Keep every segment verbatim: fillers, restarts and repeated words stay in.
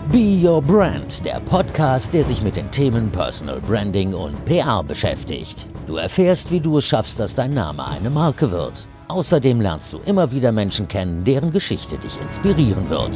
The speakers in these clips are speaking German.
Be Your Brand, der Podcast, der sich mit den Themen Personal Branding und P R beschäftigt. Du erfährst, wie du es schaffst, dass dein Name eine Marke wird. Außerdem lernst du immer wieder Menschen kennen, deren Geschichte dich inspirieren wird.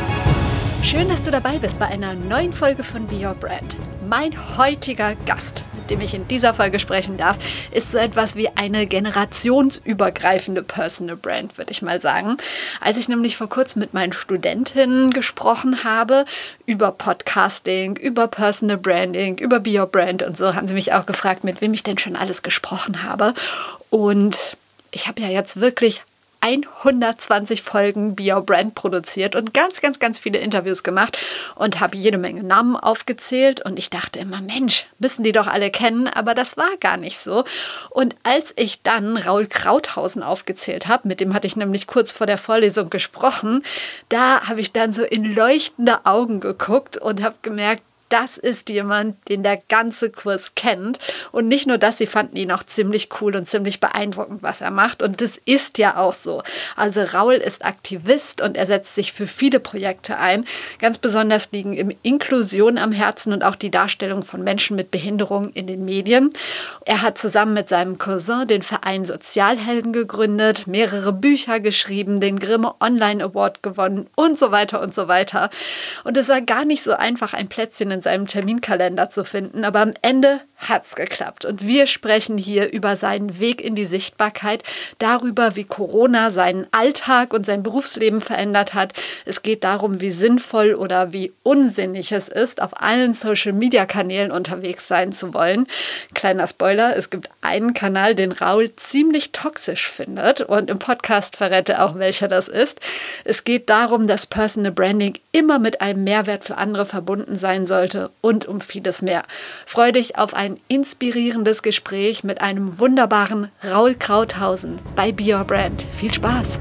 Schön, dass du dabei bist bei einer neuen Folge von Be Your Brand. Mein heutiger Gast, mit dem ich in dieser Folge sprechen darf, ist so etwas wie eine generationsübergreifende Personal Brand, würde ich mal sagen. Als ich nämlich vor kurzem mit meinen Studentinnen gesprochen habe über Podcasting, über Personal Branding, über Be Your Brand und so, haben sie mich auch gefragt, mit wem ich denn schon alles gesprochen habe. Und ich habe ja jetzt wirklich hundertzwanzig Folgen Be Your Brand produziert und ganz, ganz, ganz viele Interviews gemacht und habe jede Menge Namen aufgezählt und ich dachte immer, Mensch, müssen die doch alle kennen, aber das war gar nicht so. Und als ich dann Raul Krauthausen aufgezählt habe, mit dem hatte ich nämlich kurz vor der Vorlesung gesprochen, da habe ich dann so in leuchtende Augen geguckt und habe gemerkt, das ist jemand, den der ganze Kurs kennt. Und nicht nur das, sie fanden ihn auch ziemlich cool und ziemlich beeindruckend, was er macht. Und das ist ja auch so. Also Raul ist Aktivist und er setzt sich für viele Projekte ein. Ganz besonders liegen ihm Inklusion am Herzen und auch die Darstellung von Menschen mit Behinderung in den Medien. Er hat zusammen mit seinem Cousin den Verein Sozialhelden gegründet, mehrere Bücher geschrieben, den Grimme Online Award gewonnen und so weiter und so weiter. Und es war gar nicht so einfach, ein Plätzchen in in seinem Terminkalender zu finden, aber am Ende hat es geklappt. Und wir sprechen hier über seinen Weg in die Sichtbarkeit, darüber, wie Corona seinen Alltag und sein Berufsleben verändert hat. Es geht darum, wie sinnvoll oder wie unsinnig es ist, auf allen Social-Media-Kanälen unterwegs sein zu wollen. Kleiner Spoiler, es gibt einen Kanal, den Raul ziemlich toxisch findet und im Podcast verrät er auch, welcher das ist. Es geht darum, dass Personal Branding immer mit einem Mehrwert für andere verbunden sein soll und um vieles mehr. Freue dich auf ein inspirierendes Gespräch mit einem wunderbaren Raul Krauthausen bei Be Your Brand. Viel Spaß!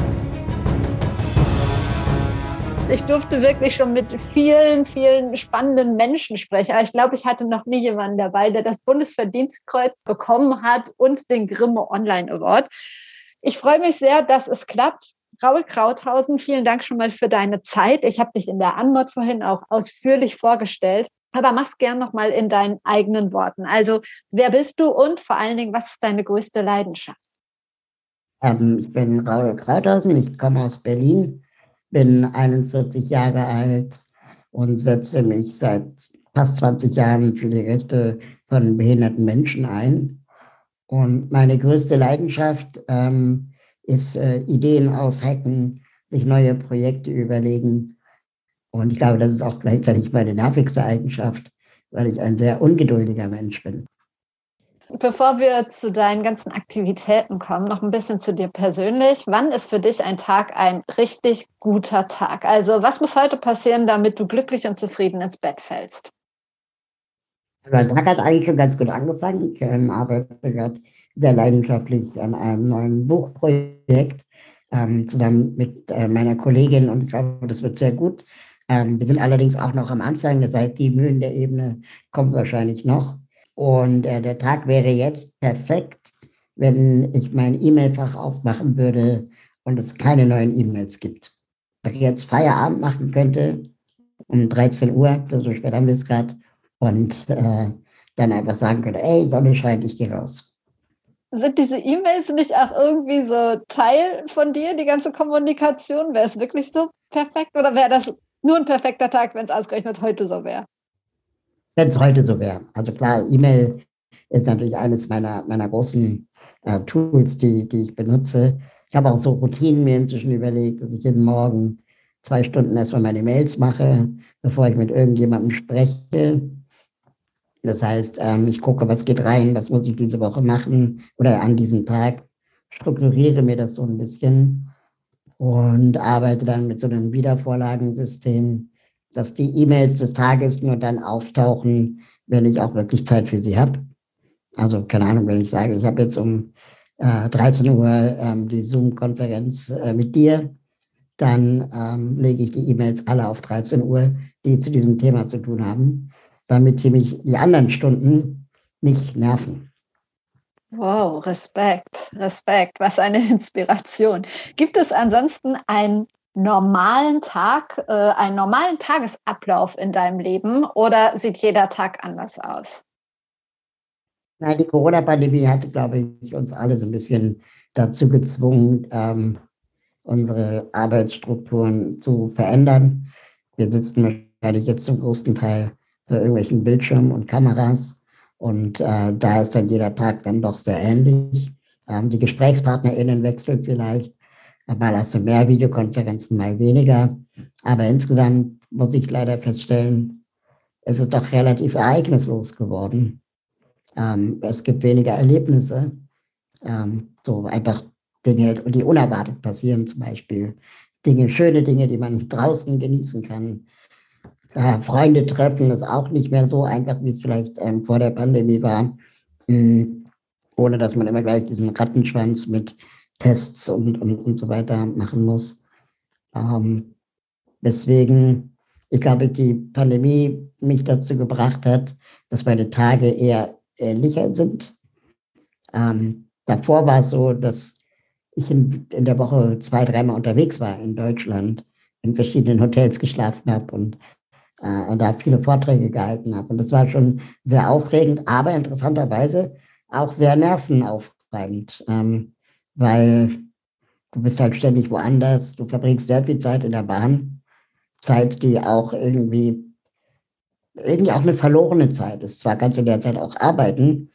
Ich durfte wirklich schon mit vielen, vielen spannenden Menschen sprechen. Aber ich glaube, ich hatte noch nie jemanden dabei, der das Bundesverdienstkreuz bekommen hat und den Grimme Online Award. Ich freue mich sehr, dass es klappt. Raul Krauthausen, vielen Dank schon mal für deine Zeit. Ich habe dich in der Anmod vorhin auch ausführlich vorgestellt, aber mach's gern noch mal in deinen eigenen Worten. Also, wer bist du und vor allen Dingen, was ist deine größte Leidenschaft? Ähm, ich bin Raul Krauthausen, ich komme aus Berlin, bin einundvierzig Jahre alt und setze mich seit fast zwanzig Jahren für die Rechte von behinderten Menschen ein. Und meine größte Leidenschaft ähm, ist äh, Ideen aushacken, sich neue Projekte überlegen. Und ich glaube, das ist auch gleichzeitig meine nervigste Eigenschaft, weil ich ein sehr ungeduldiger Mensch bin. Bevor wir zu deinen ganzen Aktivitäten kommen, noch ein bisschen zu dir persönlich. Wann ist für dich ein Tag ein richtig guter Tag? Also was muss heute passieren, damit du glücklich und zufrieden ins Bett fällst? Der Tag hat eigentlich schon ganz gut angefangen. Ich ähm, arbeite gerade sehr leidenschaftlich an einem neuen Buchprojekt, ähm, zusammen mit äh, meiner Kollegin und ich glaube, das wird sehr gut. Ähm, wir sind allerdings auch noch am Anfang, das heißt, die Mühen der Ebene kommen wahrscheinlich noch. Und äh, der Tag wäre jetzt perfekt, wenn ich mein E-Mail-Fach aufmachen würde und es keine neuen E-Mails gibt. Wenn ich jetzt Feierabend machen könnte, um dreizehn Uhr, so spät haben wir es gerade, und äh, dann einfach sagen könnte, ey, Sonne scheint, ich gehe raus. Sind diese E-Mails nicht auch irgendwie so Teil von dir, die ganze Kommunikation? Wäre es wirklich so perfekt oder wäre das nur ein perfekter Tag, wenn es ausgerechnet heute so wäre? Wenn es heute so wäre. Also klar, E-Mail ist natürlich eines meiner, meiner großen äh, Tools, die, die ich benutze. Ich habe auch so Routinen mir inzwischen überlegt, dass ich jeden Morgen zwei Stunden erstmal meine Mails mache, bevor ich mit irgendjemandem spreche. Das heißt, ähm, ich gucke, was geht rein, was muss ich diese Woche machen oder an diesem Tag, strukturiere mir das so ein bisschen und arbeite dann mit so einem Wiedervorlagensystem, dass die E-Mails des Tages nur dann auftauchen, wenn ich auch wirklich Zeit für sie habe. Also keine Ahnung, wenn ich sage, ich habe jetzt um äh, dreizehn Uhr ähm, die Zoom-Konferenz äh, mit dir, dann ähm, lege ich die E-Mails alle auf dreizehn Uhr, die zu diesem Thema zu tun haben, damit sie mich die anderen Stunden nicht nerven. Wow, Respekt, Respekt, was eine Inspiration. Gibt es ansonsten ein normalen Tag, äh, einen normalen Tagesablauf in deinem Leben oder sieht jeder Tag anders aus? Na, die Corona-Pandemie hatte, glaube ich, uns alle so ein bisschen dazu gezwungen, ähm, unsere Arbeitsstrukturen zu verändern. Wir sitzen wahrscheinlich jetzt zum größten Teil vor irgendwelchen Bildschirmen und Kameras und äh, da ist dann jeder Tag dann doch sehr ähnlich. Ähm, die GesprächspartnerInnen wechseln vielleicht, mal hast du mehr Videokonferenzen, mal weniger. Aber insgesamt muss ich leider feststellen, es ist doch relativ ereignislos geworden. Ähm, es gibt weniger Erlebnisse, ähm, so einfach Dinge, die unerwartet passieren, zum Beispiel Dinge, schöne Dinge, die man draußen genießen kann. Äh, Freunde treffen ist auch nicht mehr so einfach, wie es vielleicht ähm, vor der Pandemie war, mh, ohne dass man immer gleich diesen Rattenschwanz mit Tests und, und, und so weiter machen muss. Ähm, deswegen, ich glaube, die Pandemie mich dazu gebracht hat, dass meine Tage eher ähnlicher sind. Ähm, davor war es so, dass ich in, in der Woche zwei, dreimal unterwegs war in Deutschland, in verschiedenen Hotels geschlafen habe und äh, da viele Vorträge gehalten habe. Und das war schon sehr aufregend, aber interessanterweise auch sehr nervenaufreibend, ähm, weil du bist halt ständig woanders, du verbringst sehr viel Zeit in der Bahn, Zeit, die auch irgendwie, irgendwie auch eine verlorene Zeit ist. Zwar kannst du in der Zeit auch arbeiten,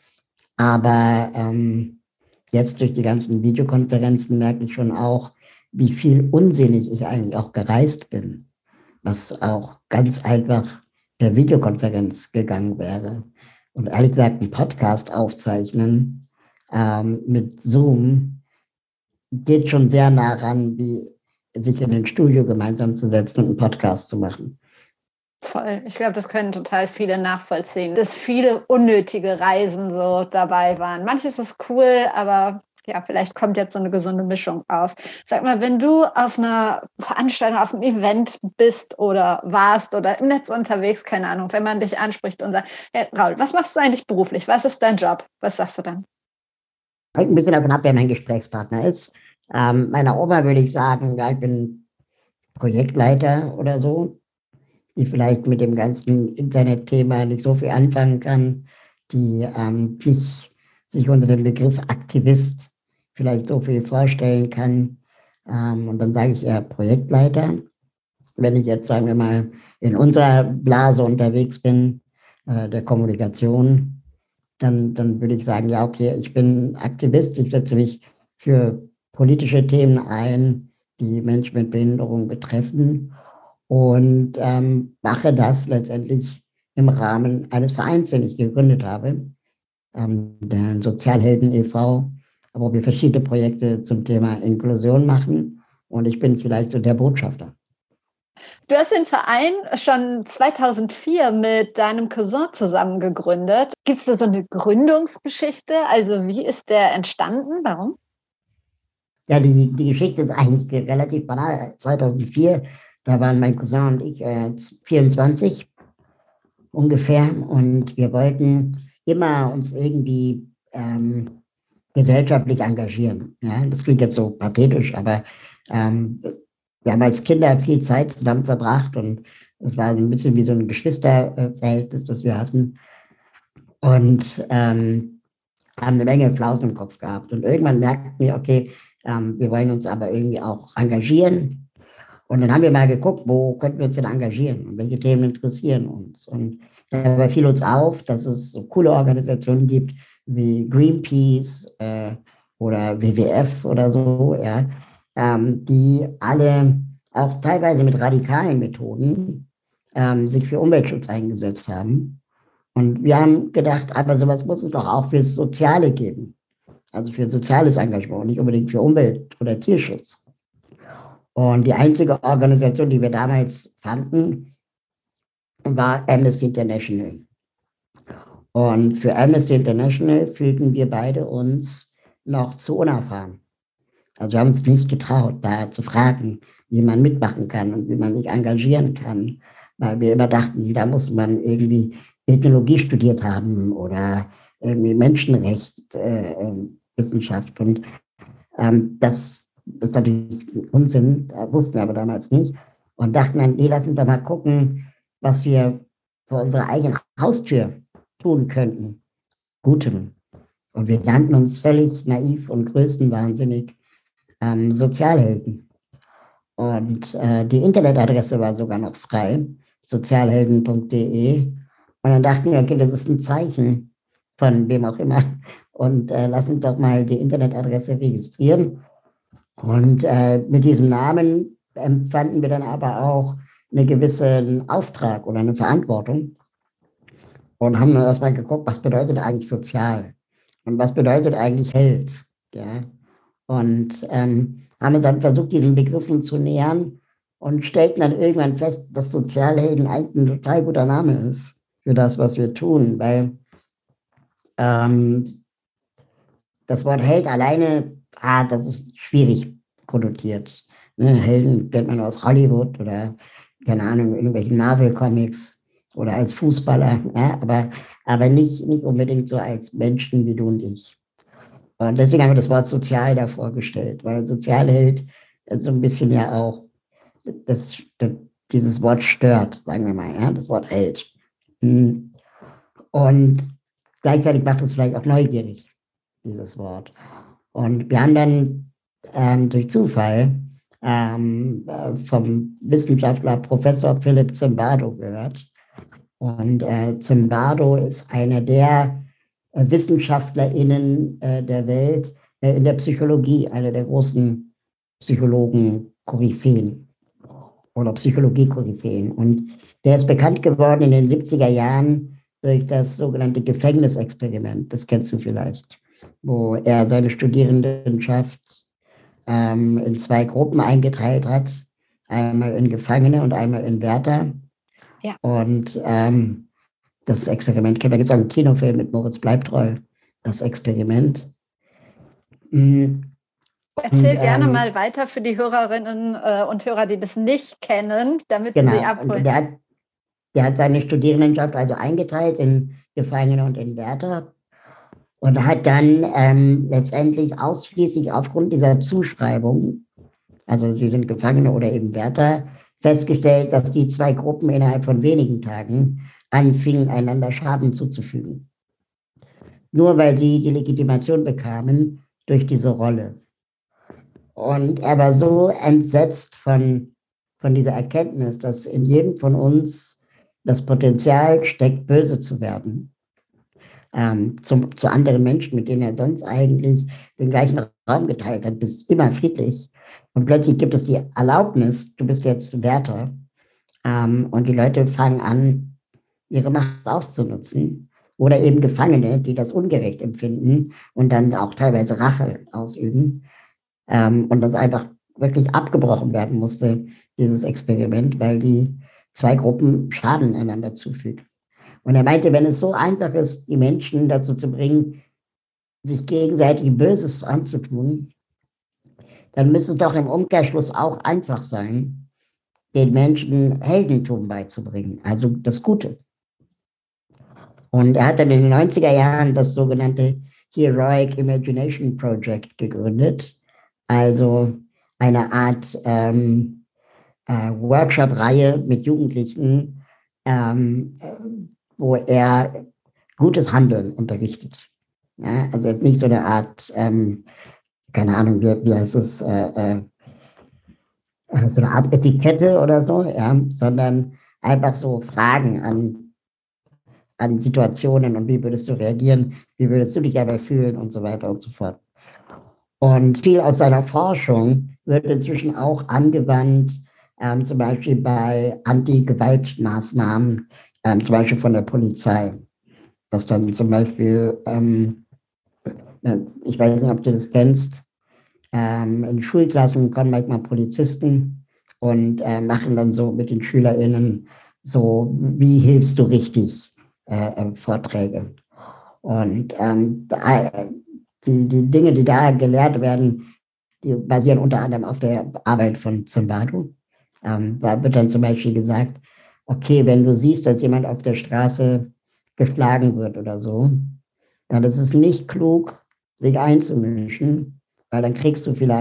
aber ähm, jetzt durch die ganzen Videokonferenzen merke ich schon auch, wie viel unsinnig ich eigentlich auch gereist bin, was auch ganz einfach per Videokonferenz gegangen wäre. Und ehrlich gesagt, einen Podcast aufzeichnen ähm, mit Zoom geht schon sehr nah ran, wie sich in ein Studio gemeinsam zu setzen und einen Podcast zu machen. Voll. Ich glaube, das können total viele nachvollziehen, dass viele unnötige Reisen so dabei waren. Manches ist cool, aber ja, vielleicht kommt jetzt so eine gesunde Mischung auf. Sag mal, wenn du auf einer Veranstaltung, auf einem Event bist oder warst oder im Netz unterwegs, keine Ahnung, wenn man dich anspricht und sagt, hey, Raul, was machst du eigentlich beruflich? Was ist dein Job? Was sagst du dann? Hängt ein bisschen davon ab, wer mein Gesprächspartner ist. Ähm, meiner Oma würde ich sagen, ja, ich bin Projektleiter oder so, die vielleicht mit dem ganzen Internetthema nicht so viel anfangen kann, die ähm, nicht sich unter dem Begriff Aktivist vielleicht so viel vorstellen kann. Ähm, und dann sage ich eher Projektleiter. Wenn ich jetzt, sagen wir mal, in unserer Blase unterwegs bin, äh, der Kommunikation, dann, dann würde ich sagen, ja, okay, ich bin Aktivist, ich setze mich für politische Themen ein, die Menschen mit Behinderung betreffen und ähm, mache das letztendlich im Rahmen eines Vereins, den ich gegründet habe, ähm, der Sozialhelden e V, wo wir verschiedene Projekte zum Thema Inklusion machen und ich bin vielleicht so der Botschafter. Du hast den Verein schon zweitausendvier mit deinem Cousin zusammen gegründet. Gibt es da so eine Gründungsgeschichte? Also wie ist der entstanden? Warum? Ja, die, die Geschichte ist eigentlich relativ banal. zweitausendvier, da waren mein Cousin und ich äh, vierundzwanzig ungefähr und wir wollten immer uns irgendwie ähm, gesellschaftlich engagieren. Ja, das klingt jetzt so pathetisch, aber ähm, wir haben als Kinder viel Zeit zusammen verbracht und es war ein bisschen wie so ein Geschwisterverhältnis, das wir hatten. Und ähm, haben eine Menge Flausen im Kopf gehabt. Und irgendwann merkten wir, okay, ähm, wir wollen uns aber irgendwie auch engagieren. Und dann haben wir mal geguckt, wo könnten wir uns denn engagieren und welche Themen interessieren uns. Und dabei fiel uns auf, dass es so coole Organisationen gibt wie Greenpeace äh, oder W W F oder so, ja, ähm, die alle auch teilweise mit radikalen Methoden ähm, sich für Umweltschutz eingesetzt haben. Und wir haben gedacht, aber sowas muss es doch auch fürs Soziale geben. Also für soziales Engagement, nicht unbedingt für Umwelt- oder Tierschutz. Und die einzige Organisation, die wir damals fanden, war Amnesty International. Und für Amnesty International fühlten wir beide uns noch zu unerfahren. Also wir haben uns nicht getraut, da zu fragen, wie man mitmachen kann und wie man sich engagieren kann, weil wir immer dachten, da muss man irgendwie Ethnologie studiert haben oder irgendwie Menschenrecht, äh, Wissenschaft. Und ähm, das Das ist natürlich Unsinn, wussten wir aber damals nicht. Und dachten dann, nee, lass uns doch mal gucken, was wir vor unserer eigenen Haustür tun könnten. Gutem. Und wir nannten uns völlig naiv und größenwahnsinnig ähm, Sozialhelden. Und äh, die Internetadresse war sogar noch frei, sozialhelden punkt de. Und dann dachten wir, okay, das ist ein Zeichen von wem auch immer. Und äh, lass uns doch mal die Internetadresse registrieren. Und äh, mit diesem Namen empfanden wir dann aber auch einen gewissen Auftrag oder eine Verantwortung. Und haben dann erstmal geguckt, was bedeutet eigentlich sozial? Und was bedeutet eigentlich Held? Ja? Und ähm, haben uns dann versucht, diesen Begriffen zu nähern und stellten dann irgendwann fest, dass Sozialhelden eigentlich ein total guter Name ist für das, was wir tun, weil ähm, das Wort Held alleine, ah, das ist schwierig konnotiert. Ne? Helden kennt man aus Hollywood oder, keine Ahnung, irgendwelchen Marvel-Comics oder als Fußballer, ja? aber, aber nicht, nicht unbedingt so als Menschen wie du und ich. Und deswegen haben wir das Wort sozial davor gestellt, weil Sozialheld so ein bisschen ja auch das, das, dieses Wort stört, sagen wir mal, ja, das Wort Held. Und gleichzeitig macht es vielleicht auch neugierig, dieses Wort. Und wir haben dann ähm, durch Zufall ähm, vom Wissenschaftler Professor Philipp Zimbardo gehört. Und äh, Zimbardo ist einer der äh, WissenschaftlerInnen äh, der Welt äh, in der Psychologie, einer der großen Psychologen-Koryphäen oder Psychologie-Koryphäen. Und der ist bekannt geworden in den siebziger Jahren durch das sogenannte Gefängnisexperiment. Das kennst du vielleicht, wo er seine Studierendenschaft ähm, in zwei Gruppen eingeteilt hat. Einmal in Gefangene und einmal in Wärter. Ja. Und ähm, das Experiment, da gibt es auch einen Kinofilm mit Moritz Bleibtreu, das Experiment. Mhm. Erzähl und, gerne ähm, mal weiter für die Hörerinnen äh, und Hörer, die das nicht kennen, damit genau. wir sie abholen. Der hat, der hat seine Studierendenschaft also eingeteilt in Gefangene und in Wärter und hat dann ähm, letztendlich ausschließlich aufgrund dieser Zuschreibung, also sie sind Gefangene oder eben Wärter, festgestellt, dass die zwei Gruppen innerhalb von wenigen Tagen anfingen, einander Schaden zuzufügen. Nur weil sie die Legitimation bekamen durch diese Rolle. Und er war so entsetzt von, von dieser Erkenntnis, dass in jedem von uns das Potenzial steckt, böse zu werden. Ähm, zum, zu anderen Menschen, mit denen er sonst eigentlich den gleichen Raum geteilt hat, bis immer friedlich. Und plötzlich gibt es die Erlaubnis, du bist jetzt Wärter. Ähm, und die Leute fangen an, ihre Macht auszunutzen. Oder eben Gefangene, die das ungerecht empfinden und dann auch teilweise Rache ausüben. Ähm, und das einfach wirklich abgebrochen werden musste, dieses Experiment, weil die zwei Gruppen Schaden einander zufügen. Und er meinte, wenn es so einfach ist, die Menschen dazu zu bringen, sich gegenseitig Böses anzutun, dann müsste es doch im Umkehrschluss auch einfach sein, den Menschen Heldentum beizubringen, also das Gute. Und er hat dann in den neunziger Jahren das sogenannte Heroic Imagination Project gegründet, also eine Art ähm, äh, Workshop-Reihe mit Jugendlichen, ähm, äh, wo er gutes Handeln unterrichtet. Ja, also jetzt nicht so eine Art, ähm, keine Ahnung, wie, wie heißt es, äh, äh, so eine Art Etikette oder so, ja, sondern einfach so Fragen an, an Situationen und wie würdest du reagieren, wie würdest du dich dabei fühlen und so weiter und so fort. Und viel aus seiner Forschung wird inzwischen auch angewandt, ähm, zum Beispiel bei Anti-Gewalt-Maßnahmen, ähm, zum Beispiel von der Polizei. Dass dann zum Beispiel, ähm, ich weiß nicht, ob du das kennst, ähm, in Schulklassen kommen manchmal Polizisten und äh, machen dann so mit den SchülerInnen so, wie hilfst du richtig, äh, Vorträge. Und ähm, die, die Dinge, die da gelehrt werden, die basieren unter anderem auf der Arbeit von Zimbardo. Ähm, da wird dann zum Beispiel gesagt, okay, wenn du siehst, dass jemand auf der Straße geschlagen wird oder so, dann ist es nicht klug, sich einzumischen, weil dann kriegst du vielleicht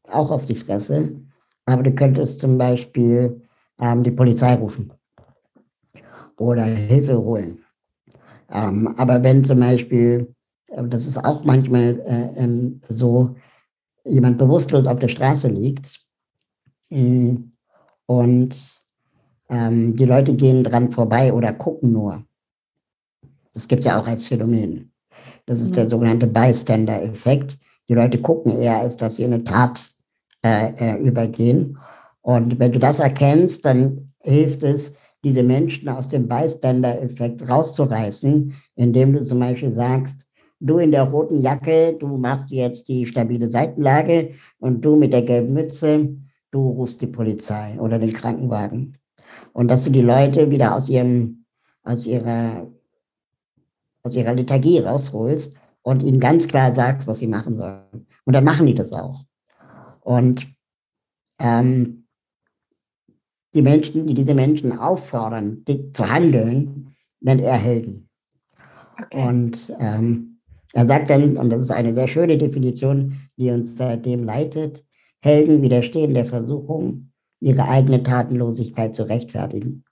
auch auf die Fresse, aber du könntest zum Beispiel ähm, die Polizei rufen oder Hilfe holen. Ähm, aber wenn zum Beispiel, äh, das ist auch manchmal äh, ähm, so, jemand bewusstlos auf der Straße liegt mh, und ähm, die Leute gehen dran vorbei oder gucken nur. Das gibt es ja auch als Phänomen. Das ist der sogenannte Bystander-Effekt. Die Leute gucken eher, als dass sie in eine Tat äh, äh, übergehen. Und wenn du das erkennst, dann hilft es, diese Menschen aus dem Bystander-Effekt rauszureißen, indem du zum Beispiel sagst, du in der roten Jacke, du machst jetzt die stabile Seitenlage und du mit der gelben Mütze, du rufst die Polizei oder den Krankenwagen. Und dass du die Leute wieder aus ihrem, aus ihrer, aus ihrer Lethargie rausholst und ihnen ganz klar sagst, was sie machen sollen. Und dann machen die das auch. Und ähm, die Menschen, die diese Menschen auffordern, die, zu handeln, nennt er Helden. Okay. Und ähm, er sagt dann, und das ist eine sehr schöne Definition, die uns seitdem leitet, Helden widerstehen der Versuchung, ihre eigene Tatenlosigkeit zu rechtfertigen.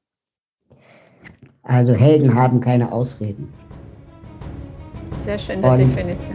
Also Helden haben keine Ausreden. Sehr schöne und Definition.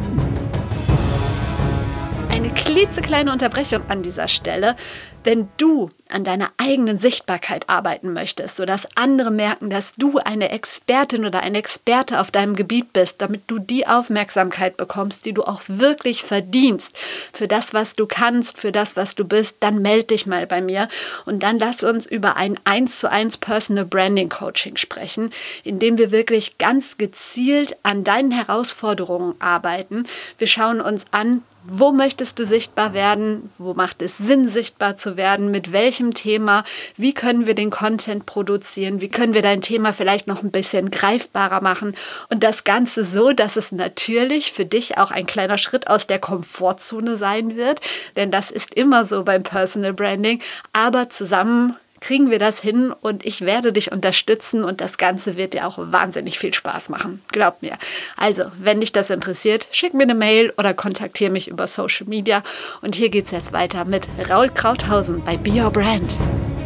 Eine klitzekleine Unterbrechung an dieser Stelle. Wenn du an deiner eigenen Sichtbarkeit arbeiten möchtest, sodass andere merken, dass du eine Expertin oder ein Experte auf deinem Gebiet bist, damit du die Aufmerksamkeit bekommst, die du auch wirklich verdienst, für das, was du kannst, für das, was du bist, dann melde dich mal bei mir und dann lass uns über ein eins zu eins Personal Branding Coaching sprechen, in dem wir wirklich ganz gezielt an deinen Herausforderungen arbeiten. Wir schauen uns an, wo möchtest du sichtbar werden? Wo macht es Sinn, sichtbar zu werden? Mit welchem Thema? Wie können wir den Content produzieren? Wie können wir dein Thema vielleicht noch ein bisschen greifbarer machen? Und das Ganze so, dass es natürlich für dich auch ein kleiner Schritt aus der Komfortzone sein wird. Denn das ist immer so beim Personal Branding. Aber zusammen kriegen wir das hin und ich werde dich unterstützen und das Ganze wird dir auch wahnsinnig viel Spaß machen. Glaub mir. Also, wenn dich das interessiert, schick mir eine Mail oder kontaktiere mich über Social Media. Und hier geht es jetzt weiter mit Raul Krauthausen bei Be Your Brand.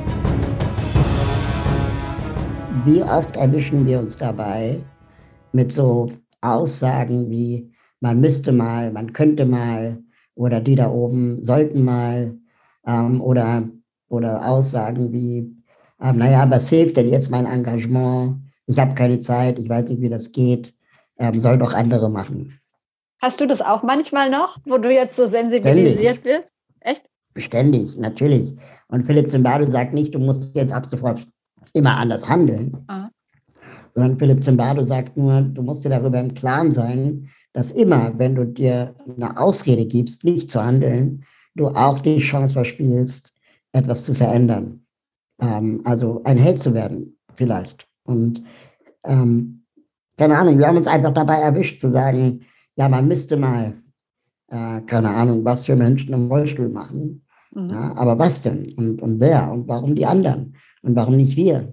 Wie oft erwischen wir uns dabei mit so Aussagen wie man müsste mal, man könnte mal oder die da oben sollten mal ähm, oder Oder Aussagen wie, äh, naja, was hilft denn jetzt mein Engagement? Ich habe keine Zeit, ich weiß nicht, wie das geht. Ähm, soll doch andere machen. Hast du das auch manchmal noch, wo du jetzt so sensibilisiert Ständig. wirst? Echt? Ständig, natürlich. Und Philipp Zimbardo sagt nicht, du musst jetzt ab sofort immer anders handeln. Aha. Sondern Philipp Zimbardo sagt nur, du musst dir darüber im Klaren sein, dass immer, wenn du dir eine Ausrede gibst, nicht zu handeln, du auch die Chance verspielst, etwas zu verändern. Ähm, also ein Held zu werden, vielleicht. Und ähm, keine Ahnung, wir haben uns einfach dabei erwischt zu sagen, ja, man müsste mal, äh, keine Ahnung, was für Menschen im Rollstuhl machen. Mhm. Ja, aber was denn? Und, und wer? Und warum die anderen? Und warum nicht wir?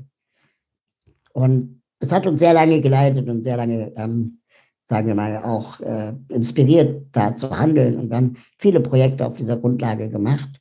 Und es hat uns sehr lange geleitet und sehr lange, ähm, sagen wir mal, auch äh, inspiriert, da zu handeln. Und wir haben viele Projekte auf dieser Grundlage gemacht.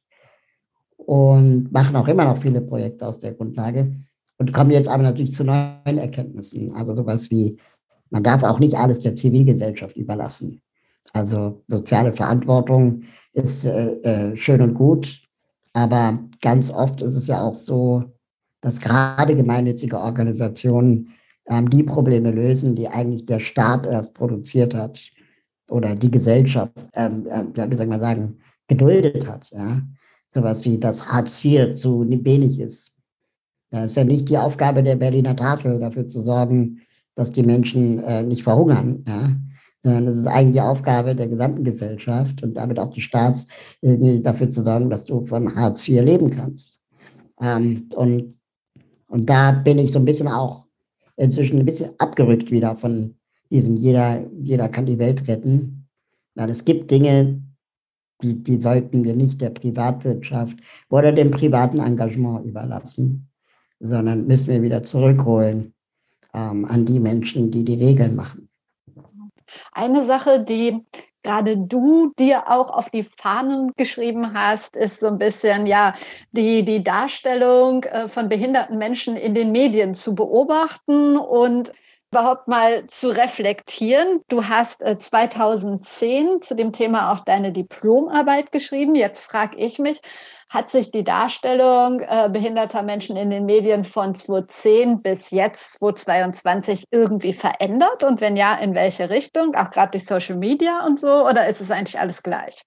Und machen auch immer noch viele Projekte aus der Grundlage und kommen jetzt aber natürlich zu neuen Erkenntnissen. Also sowas wie, man darf auch nicht alles der Zivilgesellschaft überlassen. Also soziale Verantwortung ist äh, äh, schön und gut, aber ganz oft ist es ja auch so, dass gerade gemeinnützige Organisationen ähm, die Probleme lösen, die eigentlich der Staat erst produziert hat oder die Gesellschaft, ähm, äh, wie soll man sagen, geduldet hat, ja. Sowas wie, dass Hartz vier zu wenig ist. Da ist ja nicht die Aufgabe der Berliner Tafel, dafür zu sorgen, dass die Menschen äh, nicht verhungern, ja? Sondern es ist eigentlich die Aufgabe der gesamten Gesellschaft und damit auch des Staats, irgendwie dafür zu sorgen, dass du von Hartz vier leben kannst. Ähm, und, und da bin ich so ein bisschen auch inzwischen ein bisschen abgerückt wieder von diesem jeder, jeder kann die Welt retten. Weil es gibt Dinge, Die, die sollten wir nicht der Privatwirtschaft oder dem privaten Engagement überlassen, sondern müssen wir wieder zurückholen ähm, an die Menschen, die die Regeln machen. Eine Sache, die gerade du dir auch auf die Fahnen geschrieben hast, ist so ein bisschen ja die, die Darstellung äh, von behinderten Menschen in den Medien zu beobachten und überhaupt mal zu reflektieren. Du hast äh, zweitausendzehn zu dem Thema auch deine Diplomarbeit geschrieben. Jetzt frage ich mich, hat sich die Darstellung äh, behinderter Menschen in den Medien von zweitausendzehn bis jetzt, zweitausendzweiundzwanzig, irgendwie verändert? Und wenn ja, in welche Richtung? Auch gerade durch Social Media und so? Oder ist es eigentlich alles gleich?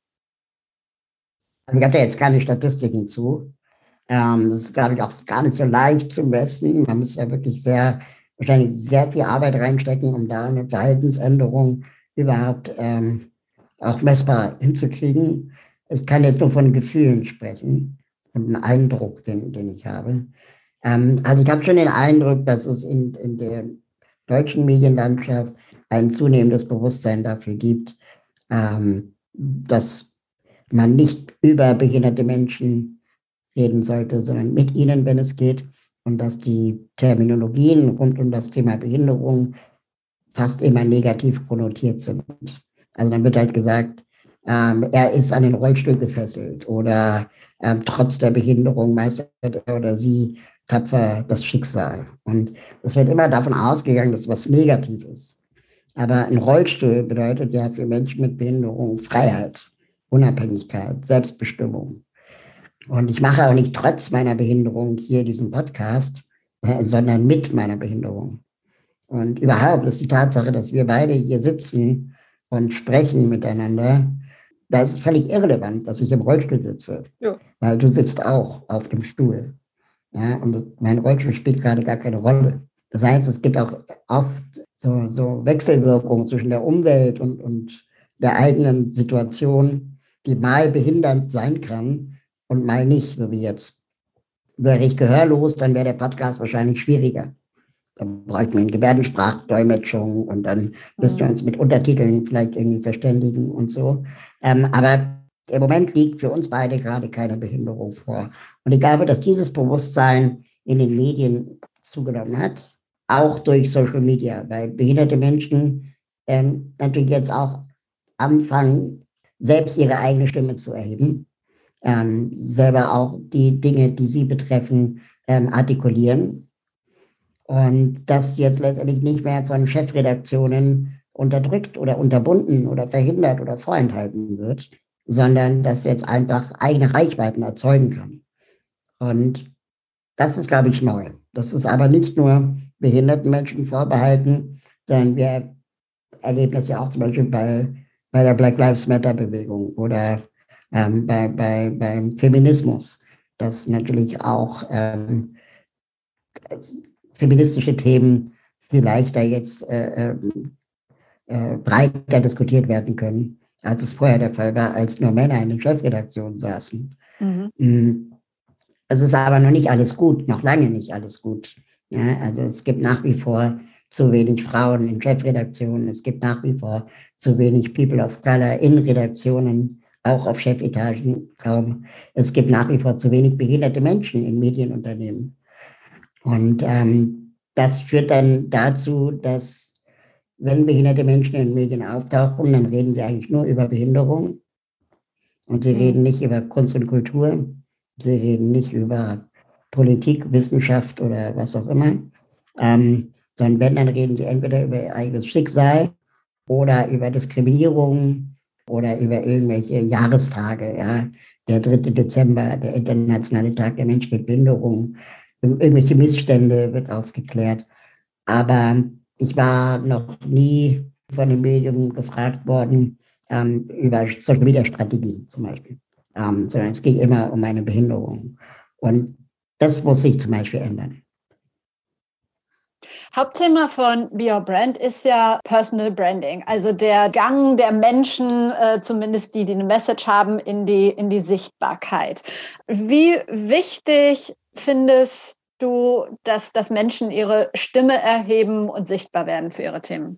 Also ich habe da jetzt keine Statistiken zu. Ähm, das ist, glaube ich, auch gar nicht so leicht zu messen. Man muss ja wirklich sehr, wahrscheinlich sehr viel Arbeit reinstecken, um da eine Verhaltensänderung überhaupt ähm, auch messbar hinzukriegen. Ich kann jetzt nur von Gefühlen sprechen und einem Eindruck, den, den ich habe. Ähm, also ich habe schon den Eindruck, dass es in, in der deutschen Medienlandschaft ein zunehmendes Bewusstsein dafür gibt, ähm, dass man nicht über behinderte Menschen reden sollte, sondern mit ihnen, wenn es geht, und dass die Terminologien rund um das Thema Behinderung fast immer negativ konnotiert sind. Also dann wird halt gesagt, ähm, er ist an den Rollstuhl gefesselt oder ähm, trotz der Behinderung meistert er oder sie tapfer das Schicksal. Und es wird immer davon ausgegangen, dass was negativ ist. Aber ein Rollstuhl bedeutet ja für Menschen mit Behinderung Freiheit, Unabhängigkeit, Selbstbestimmung. Und ich mache auch nicht trotz meiner Behinderung hier diesen Podcast, äh, sondern mit meiner Behinderung. Und überhaupt ist die Tatsache, dass wir beide hier sitzen und sprechen miteinander, da ist völlig irrelevant, dass ich im Rollstuhl sitze. Ja. Weil du sitzt auch auf dem Stuhl. Ja, und mein Rollstuhl spielt gerade gar keine Rolle. Das heißt, es gibt auch oft so, so Wechselwirkungen zwischen der Umwelt und, und der eigenen Situation, die mal behindernd sein kann und mal nicht, so wie jetzt. Wäre ich gehörlos, dann wäre der Podcast wahrscheinlich schwieriger. Dann bräuchten wir eine Gebärdensprachdolmetschung und dann müssten wir uns mit Untertiteln vielleicht irgendwie verständigen und so. Ähm, aber im Moment liegt für uns beide gerade keine Behinderung vor. Und ich glaube, dass dieses Bewusstsein in den Medien zugenommen hat, auch durch Social Media, weil behinderte Menschen ähm, natürlich jetzt auch anfangen, selbst ihre eigene Stimme zu erheben, ähm, selber auch die Dinge, die sie betreffen, ähm, artikulieren. Und das jetzt letztendlich nicht mehr von Chefredaktionen unterdrückt oder unterbunden oder verhindert oder vorenthalten wird, sondern dass jetzt einfach eigene Reichweiten erzeugen kann. Und das ist, glaube ich, neu. Das ist aber nicht nur behinderten Menschen vorbehalten, sondern wir erleben das ja auch zum Beispiel bei, bei der Black Lives Matter-Bewegung oder ähm, bei, bei, beim Feminismus, dass natürlich auch ähm, feministische Themen vielleicht da jetzt äh, äh, breiter diskutiert werden können, als es vorher der Fall war, als nur Männer in den Chefredaktionen saßen. Mhm. Es ist aber noch nicht alles gut, noch lange nicht alles gut. Ja, also es gibt nach wie vor zu wenig Frauen in Chefredaktionen, es gibt nach wie vor zu wenig People of Color in Redaktionen, auch auf Chefetagen kaum. Es gibt nach wie vor zu wenig behinderte Menschen in Medienunternehmen. Und ähm, das führt dann dazu, dass wenn behinderte Menschen in den Medien auftauchen, dann reden sie eigentlich nur über Behinderung. Und sie mhm. reden nicht über Kunst und Kultur. Sie reden nicht über Politik, Wissenschaft oder was auch immer. Ähm, sondern wenn, dann reden sie entweder über ihr eigenes Schicksal oder über Diskriminierung oder über irgendwelche Jahrestage. Ja? Der dritte Dezember, der Internationale Tag der Menschen mit Behinderung. Irgendwelche Missstände wird aufgeklärt. Aber ich war noch nie von den Medien gefragt worden ähm, über Social Media Strategien zum Beispiel, ähm, sondern es ging immer um eine Behinderung. Und das muss sich zum Beispiel ändern. Hauptthema von Be Your Brand ist ja Personal Branding, also der Gang der Menschen, äh, zumindest die, die eine Message haben, in die, in die Sichtbarkeit. Wie wichtig findest du, dass, dass Menschen ihre Stimme erheben und sichtbar werden für ihre Themen?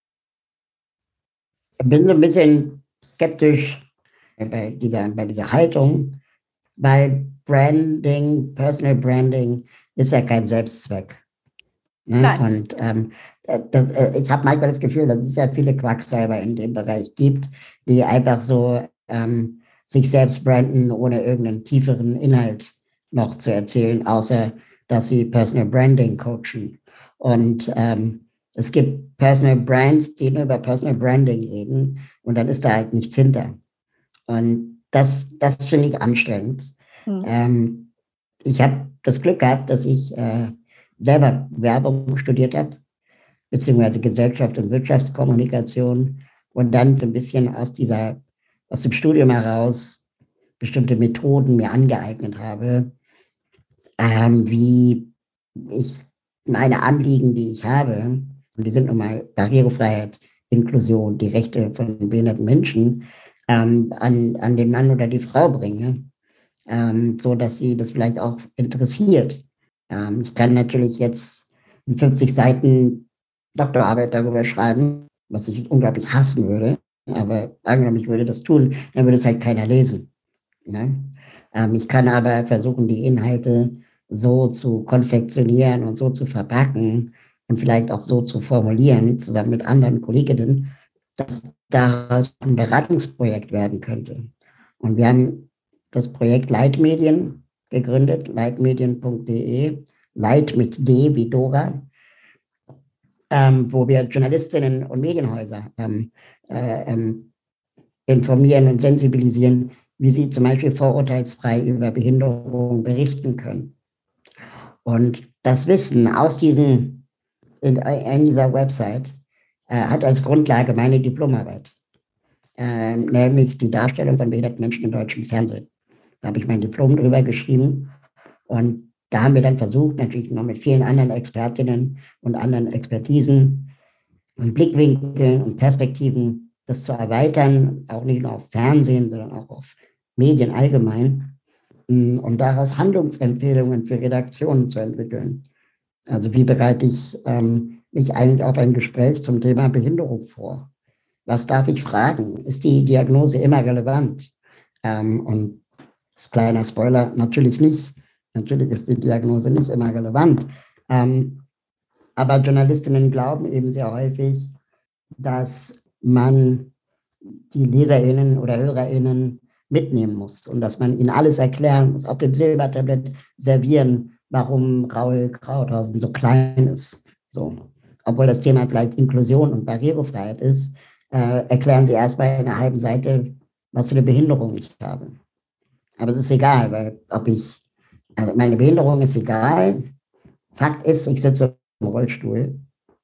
Ich bin so ein bisschen skeptisch bei dieser, bei dieser Haltung, weil Branding, Personal Branding ist ja kein Selbstzweck. Ne? Nein. Und ähm, das, äh, ich habe manchmal das Gefühl, dass es ja viele Quacksalber in dem Bereich gibt, die einfach so ähm, sich selbst branden, ohne irgendeinen tieferen Inhalt noch zu erzählen, außer dass sie Personal Branding coachen. Und ähm, es gibt Personal Brands, die nur über Personal Branding reden und dann ist da halt nichts hinter. Und das, das finde ich anstrengend. Hm. Ähm, ich habe das Glück gehabt, dass ich äh, selber Werbung studiert habe, beziehungsweise Gesellschaft und Wirtschaftskommunikation und dann so ein bisschen aus dieser, aus dem Studium heraus bestimmte Methoden mir angeeignet habe, ähm, wie ich meine Anliegen, die ich habe, und die sind nun mal Barrierefreiheit, Inklusion, die Rechte von behinderten Menschen, ähm, an, an den Mann oder die Frau bringe, ähm, so dass sie das vielleicht auch interessiert. Ähm, ich kann natürlich jetzt in fünfzig Seiten Doktorarbeit darüber schreiben, was ich unglaublich hassen würde, aber angenommen, ich würde das tun, dann würde es halt keiner lesen. Ne? Ähm, ich kann aber versuchen, die Inhalte so zu konfektionieren und so zu verpacken und vielleicht auch so zu formulieren, zusammen mit anderen Kolleginnen, dass daraus ein Beratungsprojekt werden könnte. Und wir haben das Projekt Leitmedien gegründet, leitmedien punkt de, Leit mit D wie Dora, ähm, wo wir Journalistinnen und Medienhäuser ähm, äh, ähm, informieren und sensibilisieren, wie sie zum Beispiel vorurteilsfrei über Behinderung berichten können. Und das Wissen aus diesen, in, in dieser Website äh, hat als Grundlage meine Diplomarbeit, äh, nämlich die Darstellung von behinderten Menschen im deutschen Fernsehen. Da habe ich mein Diplom drüber geschrieben und da haben wir dann versucht, natürlich noch mit vielen anderen Expertinnen und anderen Expertisen und Blickwinkeln und Perspektiven das zu erweitern, auch nicht nur auf Fernsehen, sondern auch auf Medien allgemein, um daraus Handlungsempfehlungen für Redaktionen zu entwickeln. Also wie bereite ich ähm, mich eigentlich auf ein Gespräch zum Thema Behinderung vor? Was darf ich fragen? Ist die Diagnose immer relevant? Ähm, und das kleiner Spoiler, natürlich nicht. Natürlich ist die Diagnose nicht immer relevant. Ähm, aber Journalistinnen glauben eben sehr häufig, dass man die LeserInnen oder HörerInnen mitnehmen muss und dass man ihnen alles erklären muss, auf dem Silbertablett servieren, warum Raoul Krauthausen so klein ist. So. Obwohl das Thema vielleicht Inklusion und Barrierefreiheit ist, äh, erklären sie erst bei einer halben Seite, was für eine Behinderung ich habe. Aber es ist egal, weil ob ich, also meine Behinderung ist egal. Fakt ist, ich sitze im Rollstuhl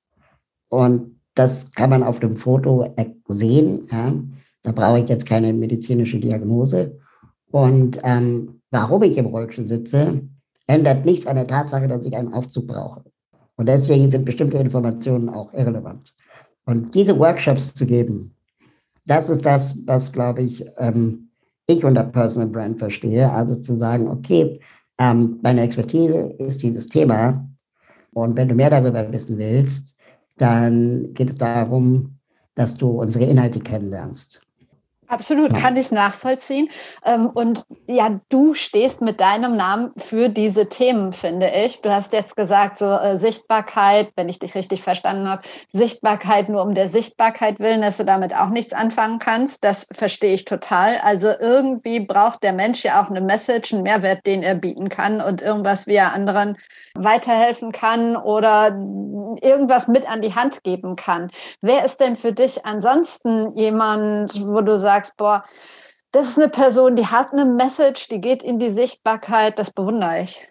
und das kann man auf dem Foto sehen. Ja. Da brauche ich jetzt keine medizinische Diagnose. Und ähm, warum ich im Rollstuhl sitze, ändert nichts an der Tatsache, dass ich einen Aufzug brauche. Und deswegen sind bestimmte Informationen auch irrelevant. Und diese Workshops zu geben, das ist das, was, glaube ich, ähm, ich unter Personal Brand verstehe. Also zu sagen, okay, ähm, meine Expertise ist dieses Thema. Und wenn du mehr darüber wissen willst, dann geht es darum, dass du unsere Inhalte kennenlernst. Absolut, Ja. kann ich nachvollziehen. Und ja, du stehst mit deinem Namen für diese Themen, finde ich. Du hast jetzt gesagt, so äh, Sichtbarkeit, wenn ich dich richtig verstanden habe, Sichtbarkeit nur um der Sichtbarkeit willen, dass du damit auch nichts anfangen kannst. Das verstehe ich total. Also irgendwie braucht der Mensch ja auch eine Message, einen Mehrwert, den er bieten kann und irgendwas, wie er anderen weiterhelfen kann oder irgendwas mit an die Hand geben kann. Wer ist denn für dich ansonsten jemand, wo du sagst, boah, das ist eine Person, die hat eine Message, die geht in die Sichtbarkeit, das bewundere ich.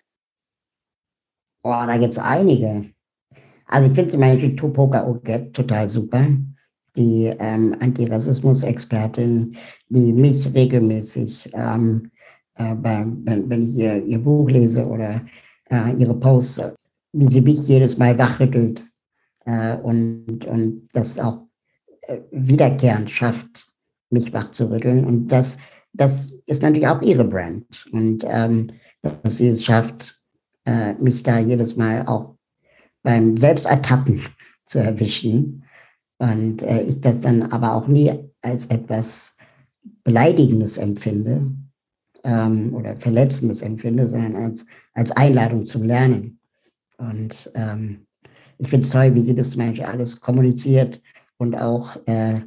Oh, da gibt es einige. Also ich finde zum Beispiel Tupoka Oget total super. Die ähm, Antirassismus-Expertin, die mich regelmäßig, ähm, äh, bei, wenn, wenn ich ihr, ihr Buch lese oder äh, ihre Posts, wie sie mich jedes Mal wachrüttelt äh, und, und das auch äh, wiederkehrend schafft, mich wachzurütteln. Und das, das ist natürlich auch ihre Brand. Und ähm, dass sie es schafft, äh, mich da jedes Mal auch beim Selbstertappen zu erwischen. Und äh, ich das dann aber auch nie als etwas Beleidigendes empfinde ähm, oder Verletzendes empfinde, sondern als, als Einladung zum Lernen. Und ähm, ich finde es toll, wie sie das zum Beispiel alles kommuniziert und auch äh,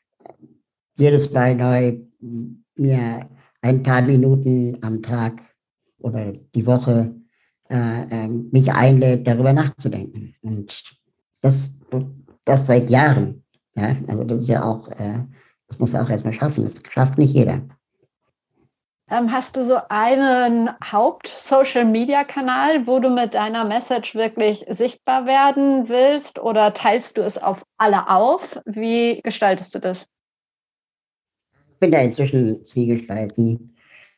jedes Mal neu mir ein paar Minuten am Tag oder die Woche äh, äh, mich einlädt, darüber nachzudenken. Und das, das seit Jahren. Ja? Also das ist ja auch, äh, das muss er auch erstmal schaffen. Das schafft nicht jeder. Ähm, hast du so einen Haupt-Social-Media-Kanal, wo du mit deiner Message wirklich sichtbar werden willst, oder teilst du es auf alle auf? Wie gestaltest du das? Ich bin da inzwischen zwiegespalten.